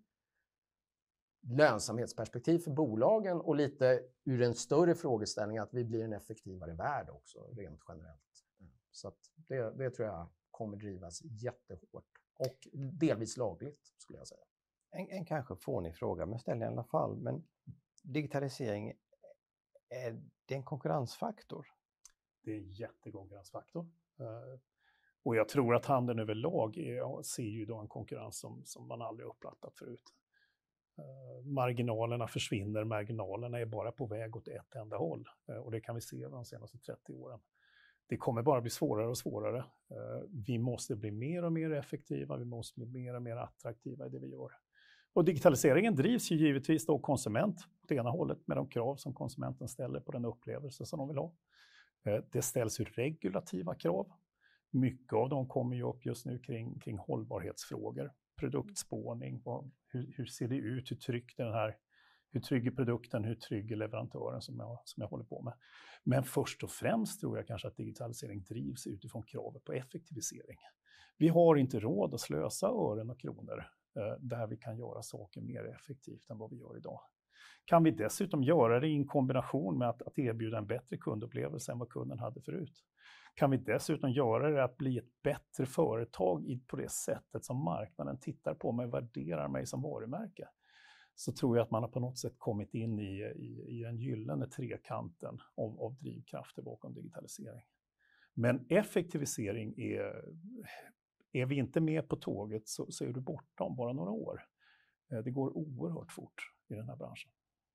lönsamhetsperspektiv för bolagen och lite ur en större frågeställning att vi blir en effektivare värld också rent generellt. Så att det, det tror jag kommer drivas jättehårt och delvis lagligt skulle jag säga. En, en kanske fånig fråga, men ställ i alla fall. Men digitalisering, är det en konkurrensfaktor? Det är en jättekonkurrensfaktor. Och jag tror att handeln överlag är, ser ju då en konkurrens som, som man aldrig uppfattat förut. Marginalerna försvinner, marginalerna är bara på väg åt ett enda håll. Och det kan vi se de senaste trettio åren. Det kommer bara bli svårare och svårare. Vi måste bli mer och mer effektiva, vi måste bli mer och mer attraktiva i det vi gör. Och digitaliseringen drivs ju givetvis då konsument på det ena hållet med de krav som konsumenten ställer på den upplevelse som de vill ha. Det ställs ju regulativa krav. Mycket av dem kommer ju upp just nu kring, kring hållbarhetsfrågor, produktspårning, och hur, hur ser det ut, hur trygg den här, hur trygg är produkten, hur trygg är leverantören som jag, som jag håller på med. Men först och främst tror jag kanske att digitalisering drivs utifrån kravet på effektivisering. Vi har inte råd att slösa ören och kronor eh, där vi kan göra saker mer effektivt än vad vi gör idag. Kan vi dessutom göra det i en kombination med att, att erbjuda en bättre kundupplevelse än vad kunden hade förut? Kan vi dessutom göra det att bli ett bättre företag i, på det sättet som marknaden tittar på mig och värderar mig som varumärke? Så tror jag att man har på något sätt kommit in i, i, i den gyllene trekanten av, av drivkrafter bakom digitalisering. Men effektivisering är, är vi inte med på tåget så, så är du borta om bara några år. Det går oerhört fort i den här branschen.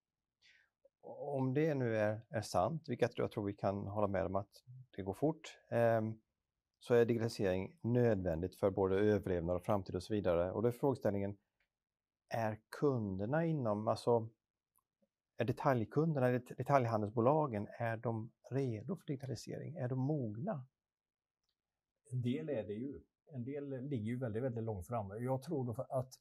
Om det nu är, är sant, vilket jag tror vi kan hålla med om att det går fort, eh, så är digitalisering nödvändigt för både överlevnad och framtid och så vidare. Och då är frågeställningen, är kunderna inom, alltså är detaljkunderna, detaljhandelsbolagen, är de redo för digitalisering? Är de mogna? En del är det ju. En del ligger ju väldigt, väldigt långt framme. Jag tror att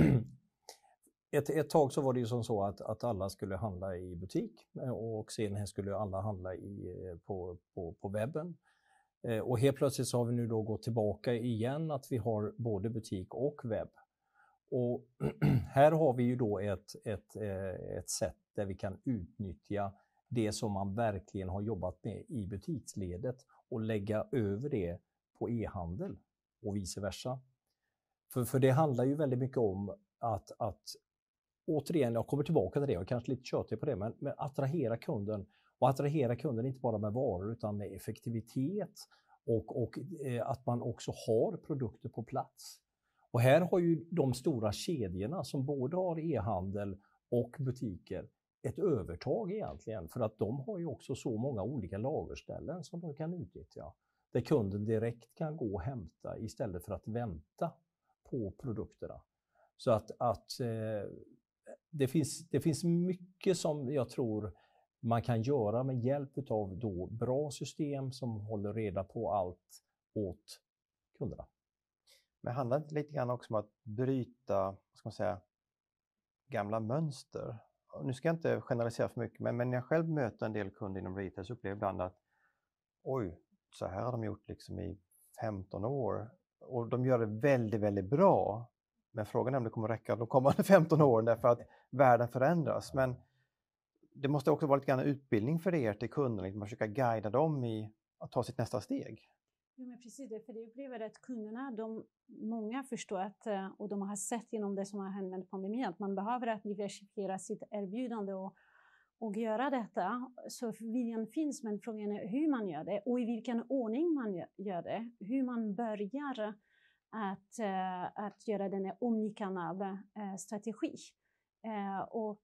ett, ett tag så var det ju som så att, att alla skulle handla i butik och sen skulle alla handla i, på, på, på webben. Och helt plötsligt så har vi nu då gått tillbaka igen att vi har både butik och webb. Och här har vi ju då ett, ett, ett sätt där vi kan utnyttja det som man verkligen har jobbat med i butiksledet och lägga över det på e-handel och vice versa. För, för det handlar ju väldigt mycket om att, att återigen, jag kommer tillbaka till det, jag är kanske lite tjötig på det, men, men attrahera kunden. Och attrahera kunden inte bara med varor utan med effektivitet och, och eh, att man också har produkter på plats. Och här har ju de stora kedjorna som både har e-handel och butiker ett övertag egentligen, för att de har ju också så många olika lagerställen som de kan utnyttja. Där kunden direkt kan gå och hämta istället för att vänta på produkterna. Så att, att eh, det, finns, det finns mycket som jag tror man kan göra med hjälp av då bra system som håller reda på allt åt kunderna. Men handlar det lite grann också om att bryta, vad ska man säga, gamla mönster? Nu ska jag inte generalisera för mycket, men, men när jag själv möter en del kunder inom retail så upplever jag ibland att oj, så här har de gjort liksom i femton år. Och de gör det väldigt, väldigt bra. Men frågan är om det kommer räcka de kommande femton åren därför att världen förändras. Men det måste också vara lite grann utbildning för er till kunderna. Man försöka guida dem i att ta sitt nästa steg. Jo, men precis det, för det upplever att kunderna, de, många förstår att, och de har sett genom det som har hänt med pandemin, att man behöver att diversifiera sitt erbjudande och, och göra detta. Så viljan finns, men frågan är hur man gör det och i vilken ordning man gör det. Hur man börjar att, att göra den omnikanal strategi. Och,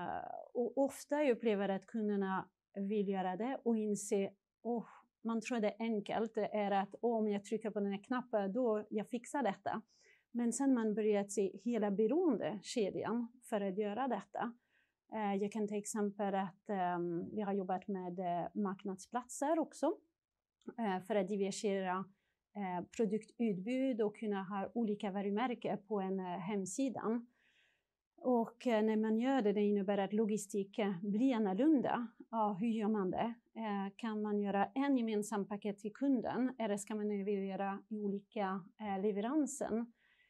och ofta upplever att kunderna vill göra det och inse, oh, man tror det är enkelt, det är att oh, om jag trycker på den här knappen då jag fixar detta. Men sen man börjar se hela beroendekedjan för att göra detta. Eh, jag kan till exempel att eh, vi har jobbat med eh, marknadsplatser också. Eh, för att diversifiera eh, produktutbud och kunna ha olika varumärken på en eh, hemsida. Och eh, när man gör det, det innebär att logistik blir annorlunda. Ja, hur gör man det? Eh, kan man göra en gemensam paket till kunden eller ska man leverera i olika eh, leveranser?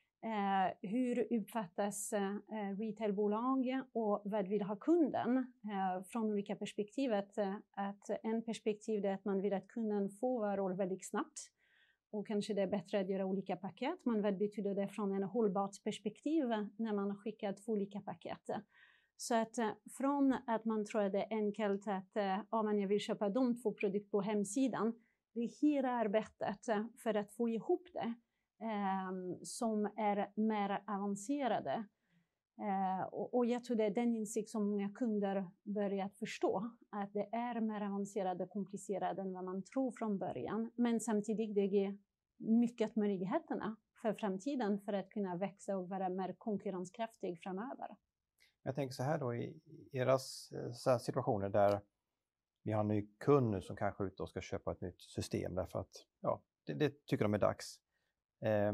Eh, hur uppfattas eh, retailbolag och vad vill ha kunden eh, från olika perspektiv? Att, att en perspektiv är att man vill att kunden får varor väldigt snabbt. Och kanske det är bättre att göra olika paket. Men vad betyder det från en hållbart perspektiv när man har skickat två olika paket? Så att från att man tror att det är enkelt att ja, men jag vill köpa de två produkter på hemsidan. Det är hela arbetet för att få ihop det eh, som är mer avancerade. Eh, och, och jag tror det är den insikt som många kunder börjat förstå. Att det är mer avancerat och komplicerat än vad man tror från början. Men samtidigt det ger mycket möjligheterna för framtiden för att kunna växa och vara mer konkurrenskraftig framöver. Jag tänker så här då i era så här situationer där vi har en ny kund nu som kanske är ute och ska köpa ett nytt system därför att ja, det, det tycker de är dags. Eh,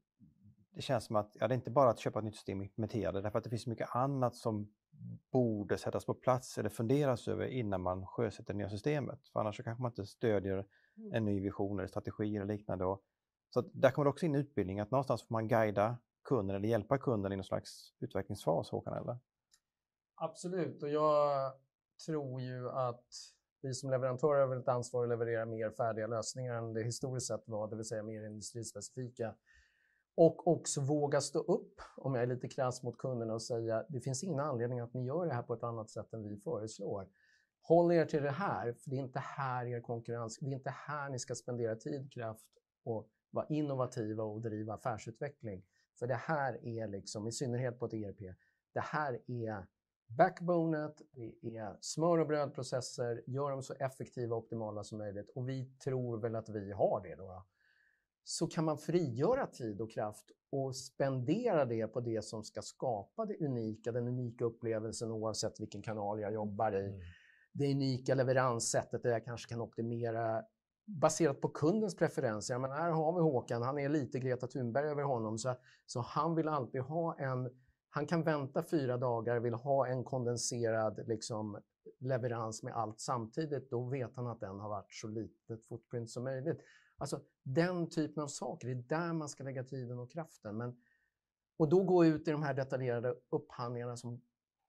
det känns som att ja, det är inte bara att köpa ett nytt system och implementera det därför att det finns mycket annat som borde sättas på plats eller funderas över innan man sjösätter det nya systemet. För annars så kanske man inte stödjer en ny vision eller strategi eller liknande. Och, så att där kommer det också in utbildning att någonstans får man guida kunden eller hjälpa kunden i någon slags utvecklingsfas, Håkan, eller? Absolut, och jag tror ju att vi som leverantörer har väl ett ansvar att leverera mer färdiga lösningar än det historiskt sett var, det vill säga mer industrispecifika. Och också våga stå upp, om jag är lite krass mot kunderna, och säga det finns ingen anledning att ni gör det här på ett annat sätt än vi föreslår. Håll er till det här, för det är inte här er konkurrens, det är inte här ni ska spendera tid, kraft och vara innovativa och driva affärsutveckling. För det här är liksom, i synnerhet på ett E R P, det här är backbonet, det är smör- och brödprocesser, gör dem så effektiva och optimala som möjligt. Och vi tror väl att vi har det då. Så kan man frigöra tid och kraft och spendera det på det som ska skapa det unika, den unika upplevelsen oavsett vilken kanal jag jobbar i. Mm. Det unika leveranssättet där jag kanske kan optimera baserat på kundens preferenser. Men här har vi Håkan, han är lite Greta Thunberg över honom, så, så han vill alltid ha en, han kan vänta fyra dagar, vill ha en kondenserad liksom, leverans med allt samtidigt. Då vet han att den har varit så litet footprint som möjligt. Alltså den typen av saker, det är där man ska lägga tiden och kraften. Men, och då gå ut i de här detaljerade upphandlingarna som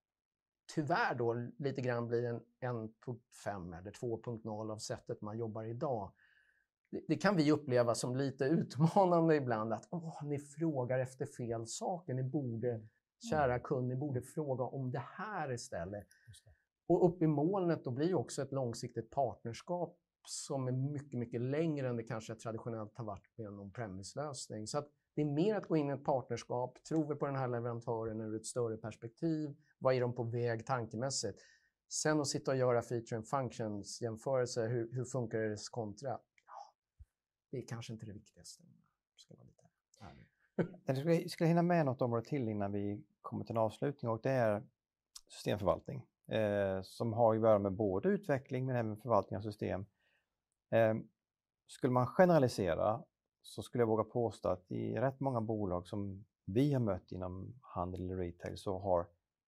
tyvärr då lite grann blir en en punkt fem eller två punkt noll av sättet man jobbar idag. Det, det kan vi uppleva som lite utmanande ibland, att åh, ni frågar efter fel saker. Ni borde, kära kund, ni borde fråga om det här istället. Och upp i molnet då blir ju också ett långsiktigt partnerskap som är mycket, mycket längre än det kanske traditionellt har varit med en on-premise-lösning. Så att det är mer att gå in i ett partnerskap. Tror vi på den här leverantören ur ett större perspektiv? Vad är de på väg tankemässigt? Sen att sitta och göra feature and functions jämförelse, hur, hur funkar det kontra? Ja, det är kanske inte det viktigaste. Ska vara lite ärlig. Jag skulle, skulle hinna med något område till innan vi kommer till en avslutning, och det är systemförvaltning. Eh, som har att göra med både utveckling men även förvaltning av system. Eh, skulle man generalisera så skulle jag våga påstå att i rätt många bolag som vi har mött inom handel eller retail så har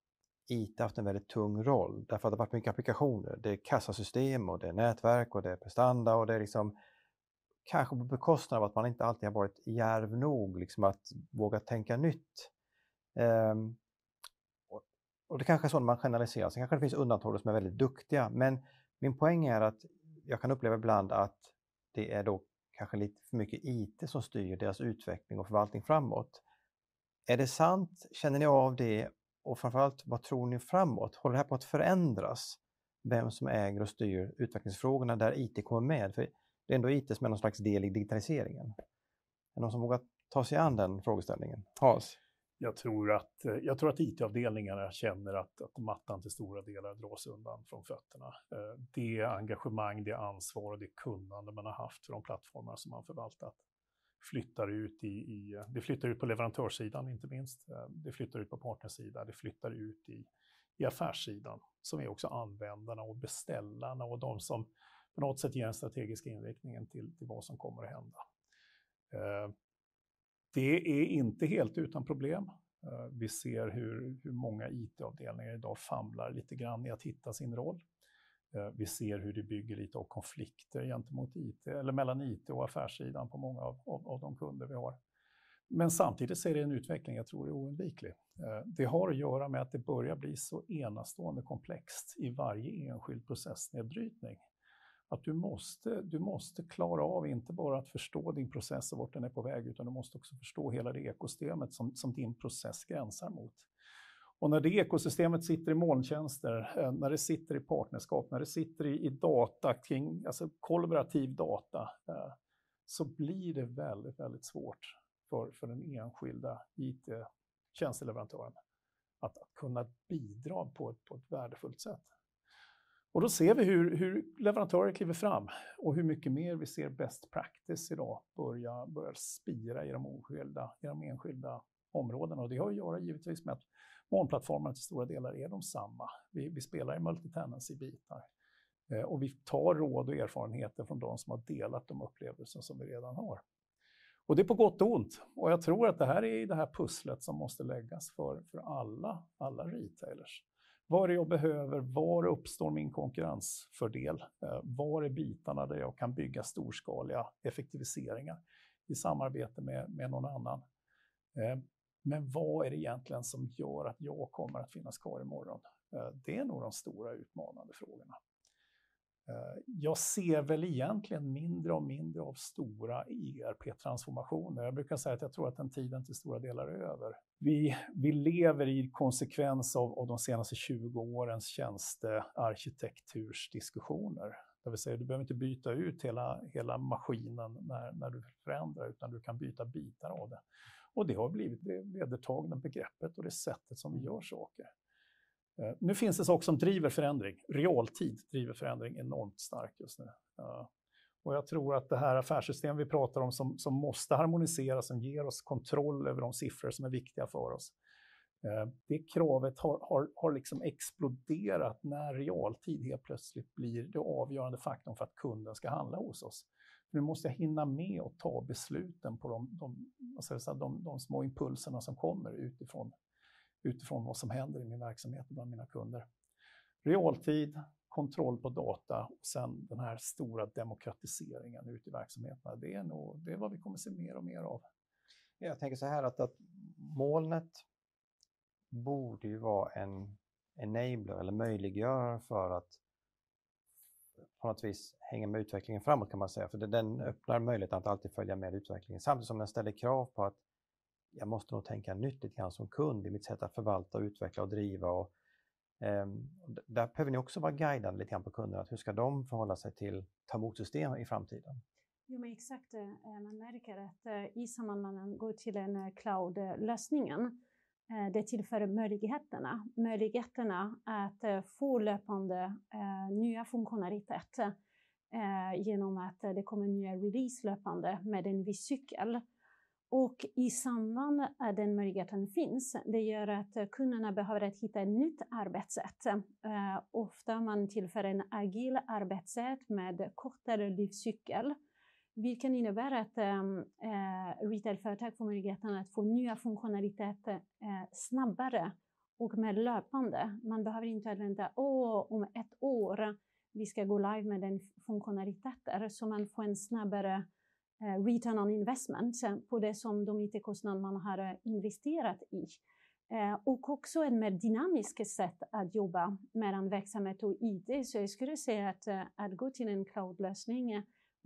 I T haft en väldigt tung roll. Därför att det har varit mycket applikationer. Det är kassasystem och det är nätverk och det är prestanda och det är liksom kanske på bekostnad av att man inte alltid har varit djärv nog liksom att våga tänka nytt. Eh, och, och det kanske är så när man generaliserar. Sen kanske det finns undantag som är väldigt duktiga. Men min poäng är att jag kan uppleva ibland att det är då kanske lite för mycket I T som styr deras utveckling och förvaltning framåt. Är det sant? Känner ni av det? Och framförallt, vad tror ni framåt? Håller det här på att förändras? Vem som äger och styr utvecklingsfrågorna där I T kommer med? För det är ändå I T som är någon slags del i digitaliseringen. Är det någon som vågar ta sig an den frågeställningen? Hans? Jag tror att, jag tror att I T-avdelningarna känner att, att mattan till stora delar dras undan från fötterna. Det engagemang, det ansvar och det kunnande man har haft för de plattformar som man förvaltat flyttar ut, i, i, det flyttar ut på leverantörssidan inte minst. Det flyttar ut på partnersidan, det flyttar ut i, i affärssidan som är också användarna och beställarna och de som på något sätt ger den strategiska inriktningen till, till vad som kommer att hända. Det är inte helt utan problem. Vi ser hur, hur många I T-avdelningar idag famlar lite grann i att hitta sin roll. Vi ser hur det bygger lite av konflikter gentemot I T, eller mellan I T och affärssidan på många av, av, av de kunder vi har. Men samtidigt ser det en utveckling jag tror är oundviklig. Det har att göra med att det börjar bli så enastående komplext i varje enskild processnedbrytning. Att du måste, du måste klara av inte bara att förstå din process och vart den är på väg, utan du måste också förstå hela det ekosystemet som, som din process gränsar mot. Och när det ekosystemet sitter i molntjänster, när det sitter i partnerskap, när det sitter i, i data, kring, alltså kollaborativ data, eh, så blir det väldigt, väldigt svårt för, för den enskilda I T-tjänsteleverantören att, att kunna bidra på ett, på ett värdefullt sätt. Och då ser vi hur, hur leverantörer kliver fram och hur mycket mer vi ser best practice idag börja, börja spira i de, enskilda, i de enskilda områdena. Och det har att göra givetvis med att molnplattformarna till stora delar är de samma. Vi, vi spelar i multitenancy-bitar. Eh, och vi tar råd och erfarenheter från de som har delat de upplevelser som vi redan har. Och det är på gott och ont. Och jag tror att det här är det här pusslet som måste läggas för, för alla, alla retailers. Var är jag behöver, var uppstår min konkurrensfördel, eh, var är bitarna där jag kan bygga storskaliga effektiviseringar i samarbete med, med någon annan. Eh, men vad är det egentligen som gör att jag kommer att finnas kvar imorgon? Eh, det är nog de stora utmanande frågorna. Eh, jag ser väl egentligen mindre och mindre av stora E R P-transformationer. Jag brukar säga att jag tror att den tiden till stora delar är över. Vi, vi lever i konsekvens av, av de senaste tjugo årens tjänstearkitektursdiskussioner. Det vill säga, du behöver inte byta ut hela, hela maskinen när, när du förändrar, utan du kan byta bitar av det. Och det har blivit det vedertagna begreppet och det sättet som vi gör saker. Uh, nu finns det saker som driver förändring. Realtid driver förändring enormt starkt just nu. Uh, och jag tror att det här affärssystem vi pratar om som, som måste harmoniseras, som ger oss kontroll över de siffror som är viktiga för oss. Uh, det kravet har, har, har liksom exploderat när realtid helt plötsligt blir det avgörande faktorn för att kunden ska handla hos oss. Nu måste jag hinna med och ta besluten på de, de, vad ska jag säga, de, de små impulserna som kommer utifrån, utifrån vad som händer i min verksamhet bland mina kunder. Realtid, kontroll på data och sen den här stora demokratiseringen ute i verksamheterna. Det är, nog, det är vad vi kommer se mer och mer av. Jag tänker så här att, att molnet borde ju vara en enabler eller möjliggörare för att på något vis hänga med utvecklingen framåt, kan man säga. För det, den öppnar möjligheten att alltid följa med utvecklingen. Samtidigt som den ställer krav på att jag måste nog tänka nytt lite grann som kund i mitt sätt att förvalta, utveckla och driva. Och, eh, där behöver ni också vara guidade lite grann på kunderna. Hur ska de förhålla sig till ta emot-system i framtiden? Jo, men exakt. Man märker att i samband med att man går till en cloud-lösningen, det tillför möjligheterna. Möjligheterna att få löpande eh, nya funktionaliteter eh, genom att det kommer nya release löpande med en viss cykel. Och i samband med att den möjligheten finns, det gör att kunderna behöver att hitta ett nytt arbetssätt. Eh, ofta man tillför en agil arbetssätt med kortare livscykel. Vilket innebär att eh, retailföretag får möjligheten att få nya funktionaliteter eh, snabbare och mer löpande. Man behöver inte vänta Åh, om ett år vi ska gå live med den funktionaliteter, så man får en snabbare eh, return on investment på det som de I T-kostnader man har investerat i. Eh, och också ett mer dynamiskt sätt att jobba mellan verksamhet och I T. Så jag skulle säga att, att gå till en cloud-lösning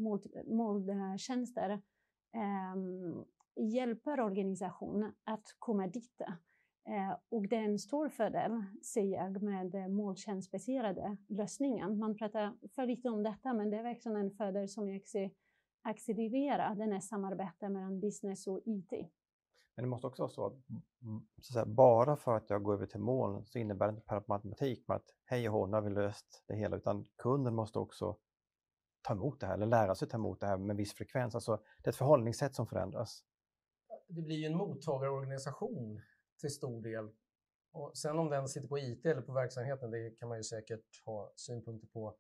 molntjänster eh, hjälper organisationen att komma dit. Eh, och det är en stor fördel, säger jag, med molntjänstbaserade lösningen. Man pratar för lite om detta, men det är verkligen en fördel som jag ser accelerera den här samarbetet mellan business och I T. Men det måste också vara så att, så att säga, bara för att jag går över till moln så innebär det inte per matematik med att hej och hå, nu har vi löst det hela, utan kunden måste också ta emot det här eller lära sig ta emot det här med viss frekvens. Alltså det är ett förhållningssätt som förändras. Det blir ju en mottagarorganisation till stor del. Och sen om den sitter på I T eller på verksamheten, det kan man ju säkert ha synpunkter på.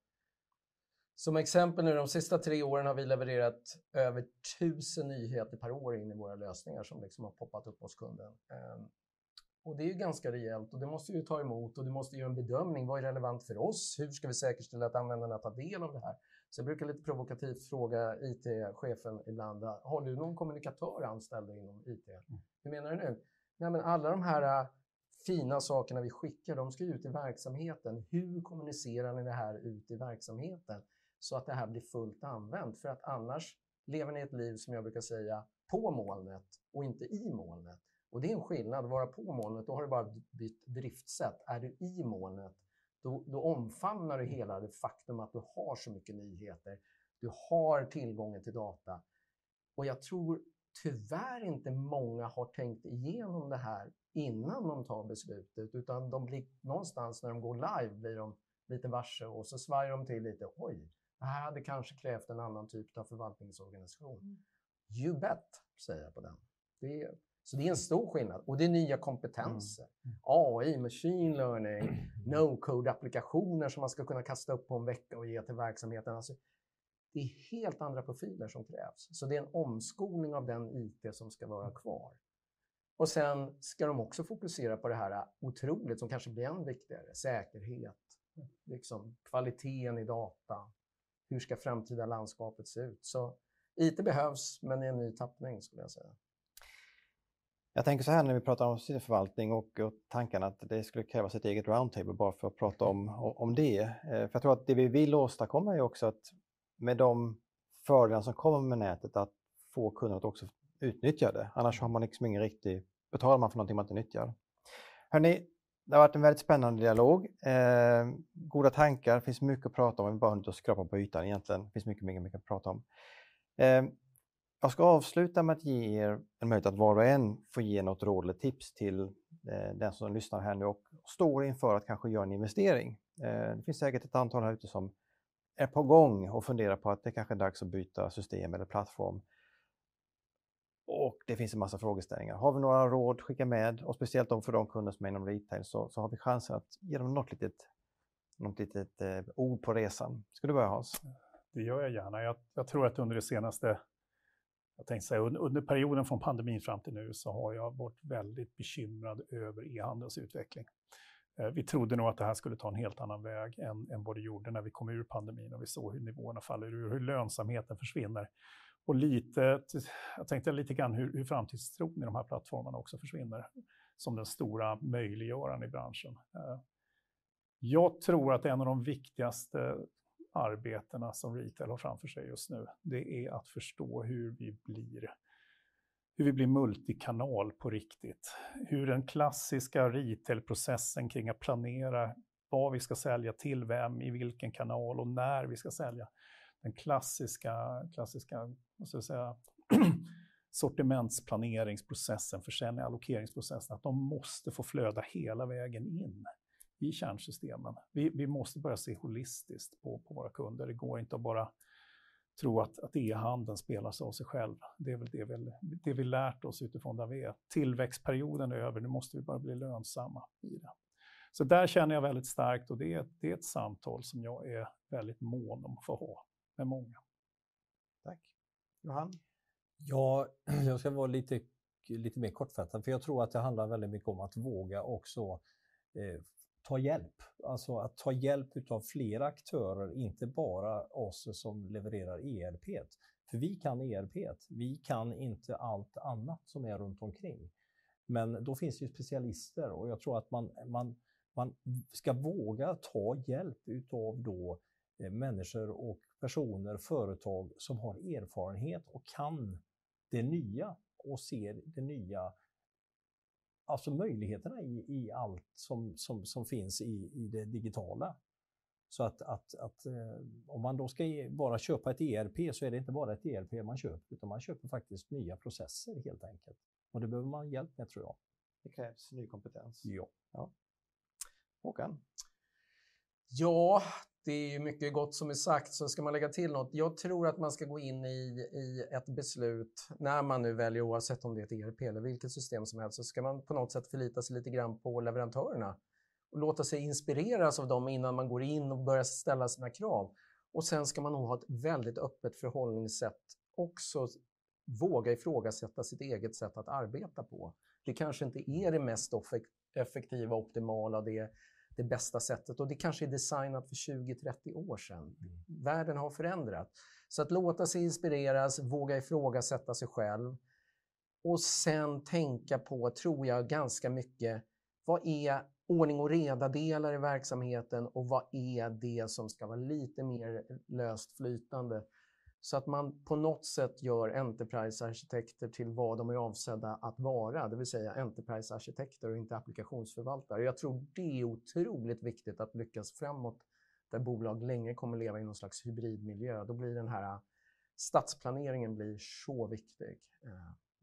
Som exempel nu, de sista tre åren har vi levererat över tusen nyheter per år in i våra lösningar som liksom har poppat upp hos kunden. Och det är ju ganska rejält och det måste ju ta emot och du måste göra en bedömning. Vad är relevant för oss? Hur ska vi säkerställa att användarna tar del av det här? Så jag brukar lite provokativt fråga I T-chefen ibland, har du någon kommunikatör anställd inom I T? Mm. Hur menar du nu? Nej, men alla de här uh, fina sakerna vi skickar, de ska ut i verksamheten. Hur kommunicerar ni det här ut i verksamheten så att det här blir fullt använt? För att annars lever ni ett liv, som jag brukar säga, på molnet och inte i molnet. Och det är en skillnad. Att vara på molnet, då har du bara bytt driftsätt. Är du i molnet, då, då omfamnar du hela det faktum att du har så mycket nyheter. Du har tillgången till data. Och jag tror tyvärr inte många har tänkt igenom det här innan de tar beslutet, utan de blir någonstans när de går live blir de lite varse och så svarar de till lite, oj, det här hade kanske krävt en annan typ av förvaltningsorganisation. Mm. You bet, säger jag på den. Det är, så det är en stor skillnad. Och det är nya kompetenser. Mm. A I, machine learning, no-code-applikationer som man ska kunna kasta upp på en vecka och ge till verksamheten. Alltså, det är helt andra profiler som krävs. Så det är en omskolning av den I T som ska vara kvar. Och sen ska de också fokusera på det här otroligt som kanske blir än viktigare. Säkerhet, liksom, kvaliteten i data. Hur ska framtida landskapet se ut? Så I T behövs, men i en ny tappning skulle jag säga. Jag tänker så här när vi pratar om förvaltning och, och tanken att det skulle krävas ett eget roundtable bara för att prata om, om det. Eh, för jag tror att det vi vill åstadkomma är också att med de fördelar som kommer med nätet att få kunder att också utnyttja det. Annars har man liksom ingen riktig, betalar man för någonting man inte nyttjar. Hörrni, det har varit en väldigt spännande dialog. Eh, goda tankar, det finns mycket att prata om. Vi bara inte att skrapa på ytan egentligen. Det finns mycket, mycket, mycket att prata om. Eh, jag ska avsluta med att ge er en möjlighet att var och en få ge något råd eller tips till eh, den som lyssnar här nu och står inför att kanske göra en investering. Eh, det finns säkert ett antal här ute som är på gång och funderar på att det kanske är dags att byta system eller plattform. Och det finns en massa frågeställningar. Har vi några råd, skicka med. Och speciellt om för de kunder som är inom retail så, så har vi chansen att ge dem något litet, något litet eh, ord på resan. Ska du börja, Hans? Det gör jag gärna. Jag, jag tror att under det senaste, jag tänkte säga, under, under perioden från pandemin fram till nu så har jag varit väldigt bekymrad över e-handelns utveckling. Eh, vi trodde nog att det här skulle ta en helt annan väg än, än vad det gjorde när vi kom ur pandemin och vi såg hur nivåerna faller ur, hur lönsamheten försvinner. Och lite, jag tänkte lite grann hur, hur framtidstron i de här plattformarna också försvinner som den stora möjliggöraren i branschen. Jag tror att en av de viktigaste arbetena som retail har framför sig just nu, det är att förstå hur vi blir, hur vi blir multikanal på riktigt. Hur den klassiska retailprocessen kring att planera vad vi ska sälja till vem, i vilken kanal och när vi ska sälja. Den klassiska, klassiska vad ska jag säga, sortimentsplaneringsprocessen, försäljning, allokeringsprocessen, att de måste få flöda hela vägen in i kärnsystemen. Vi, vi måste börja se holistiskt på, på våra kunder. Det går inte att bara tro att, att e-handeln spelar sig av sig själv. Det är väl det vi, det vi lärt oss utifrån där vi är. Tillväxtperioden är över, nu måste vi bara bli lönsamma i det. Så där känner jag väldigt starkt och det är, det är ett samtal som jag är väldigt mån om att få ha med många. Tack. Johan? Ja, jag ska vara lite, lite mer kortfattad för jag tror att det handlar väldigt mycket om att våga också eh, ta hjälp. Alltså att ta hjälp av flera aktörer, inte bara oss som levererar E R P. För vi kan E R P, vi kan inte allt annat som är runt omkring. Men då finns det ju specialister och jag tror att man, man, man ska våga ta hjälp av då eh, människor och personer, företag som har erfarenhet och kan det nya och ser det nya, alltså möjligheterna i, i allt som, som, som finns i, i det digitala. Så att, att, att eh, om man då ska bara köpa ett E R P så är det inte bara ett E R P man köper utan man köper faktiskt nya processer helt enkelt. Och det behöver man hjälp med tror jag. Det krävs ny kompetens. Ja. Ja. Håkan? Ja, det är ju mycket gott som är sagt, så ska man lägga till något. Jag tror att man ska gå in i, i ett beslut, när man nu väljer, oavsett om det är ett E R P eller vilket system som helst, så ska man på något sätt förlita sig lite grann på leverantörerna och låta sig inspireras av dem innan man går in och börjar ställa sina krav. Och sen ska man nog ha ett väldigt öppet förhållningssätt, också våga ifrågasätta sitt eget sätt att arbeta på. Det kanske inte är det mest effektiva, optimala, det det bästa sättet. Och det kanske är designat för tjugo till trettio år sedan. Mm. Världen har förändrat. Så att låta sig inspireras, våga ifrågasätta sig själv. Och sen tänka på, tror jag, ganska mycket. Vad är ordning och reda delar i verksamheten och vad är det som ska vara lite mer löst flytande? Så att man på något sätt gör enterprise-arkitekter till vad de är avsedda att vara, det vill säga enterprise-arkitekter och inte applikationsförvaltare. Jag tror det är otroligt viktigt att lyckas framåt där bolag länge kommer leva i någon slags hybridmiljö. Då blir den här stadsplaneringen blir så viktig.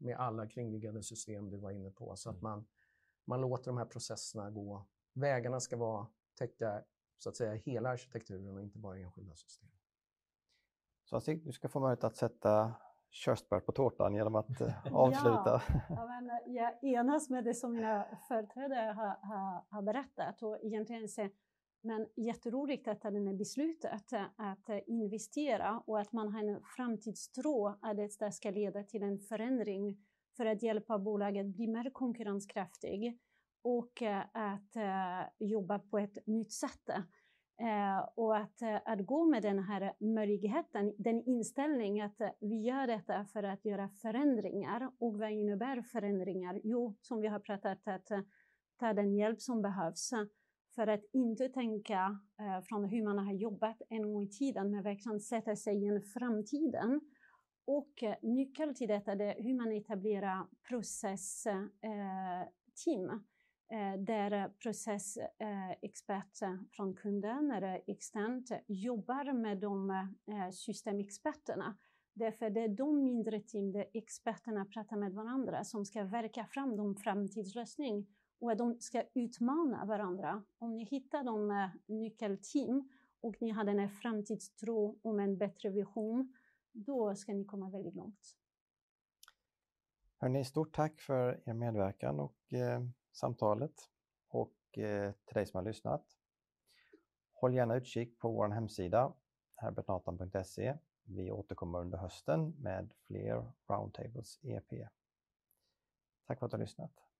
med alla kringliggande system du var inne på. Så att man, man låter de här processerna gå. Vägarna ska vara, täcka så att säga hela arkitekturen och inte bara enskilda system. Så alltså, du ska få möjlighet att sätta körsbär på tårtan genom att eh, avsluta. Ja, ja, men jag enas med det som mina företrädare har, har, har berättat och egentligen se, men jätteroligt att den är beslutat att investera och att man har en framtidstro att det ska leda till en förändring för att hjälpa bolaget bli mer konkurrenskraftig och att uh, jobba på ett nytt sätt. Uh, och att, uh, att gå med den här möjligheten, den inställning att uh, vi gör detta för att göra förändringar. Och vad innebär förändringar? Jo, som vi har pratat, att uh, ta den hjälp som behövs uh, för att inte tänka uh, från hur man har jobbat en gång i tiden, men verkligen sätta sig i en framtiden. Och uh, nyckeln till detta är hur man etablerar processteam. Uh, där processexperter från kunden eller externt jobbar med de systemexperterna. Därför det är de mindre team där experterna pratar med varandra som ska verka fram de framtidslösning och att de ska utmana varandra. Om ni hittar de nyckelteam och ni har den här framtidstro om en bättre vision, då ska ni komma väldigt långt. Hörrni, stort tack för er medverkan och eh, samtalet och eh, till dig som har lyssnat. Håll gärna utkik på vår hemsida herbert nathan punkt se. Vi återkommer under hösten med fler Roundtables E P. Tack för att du har lyssnat.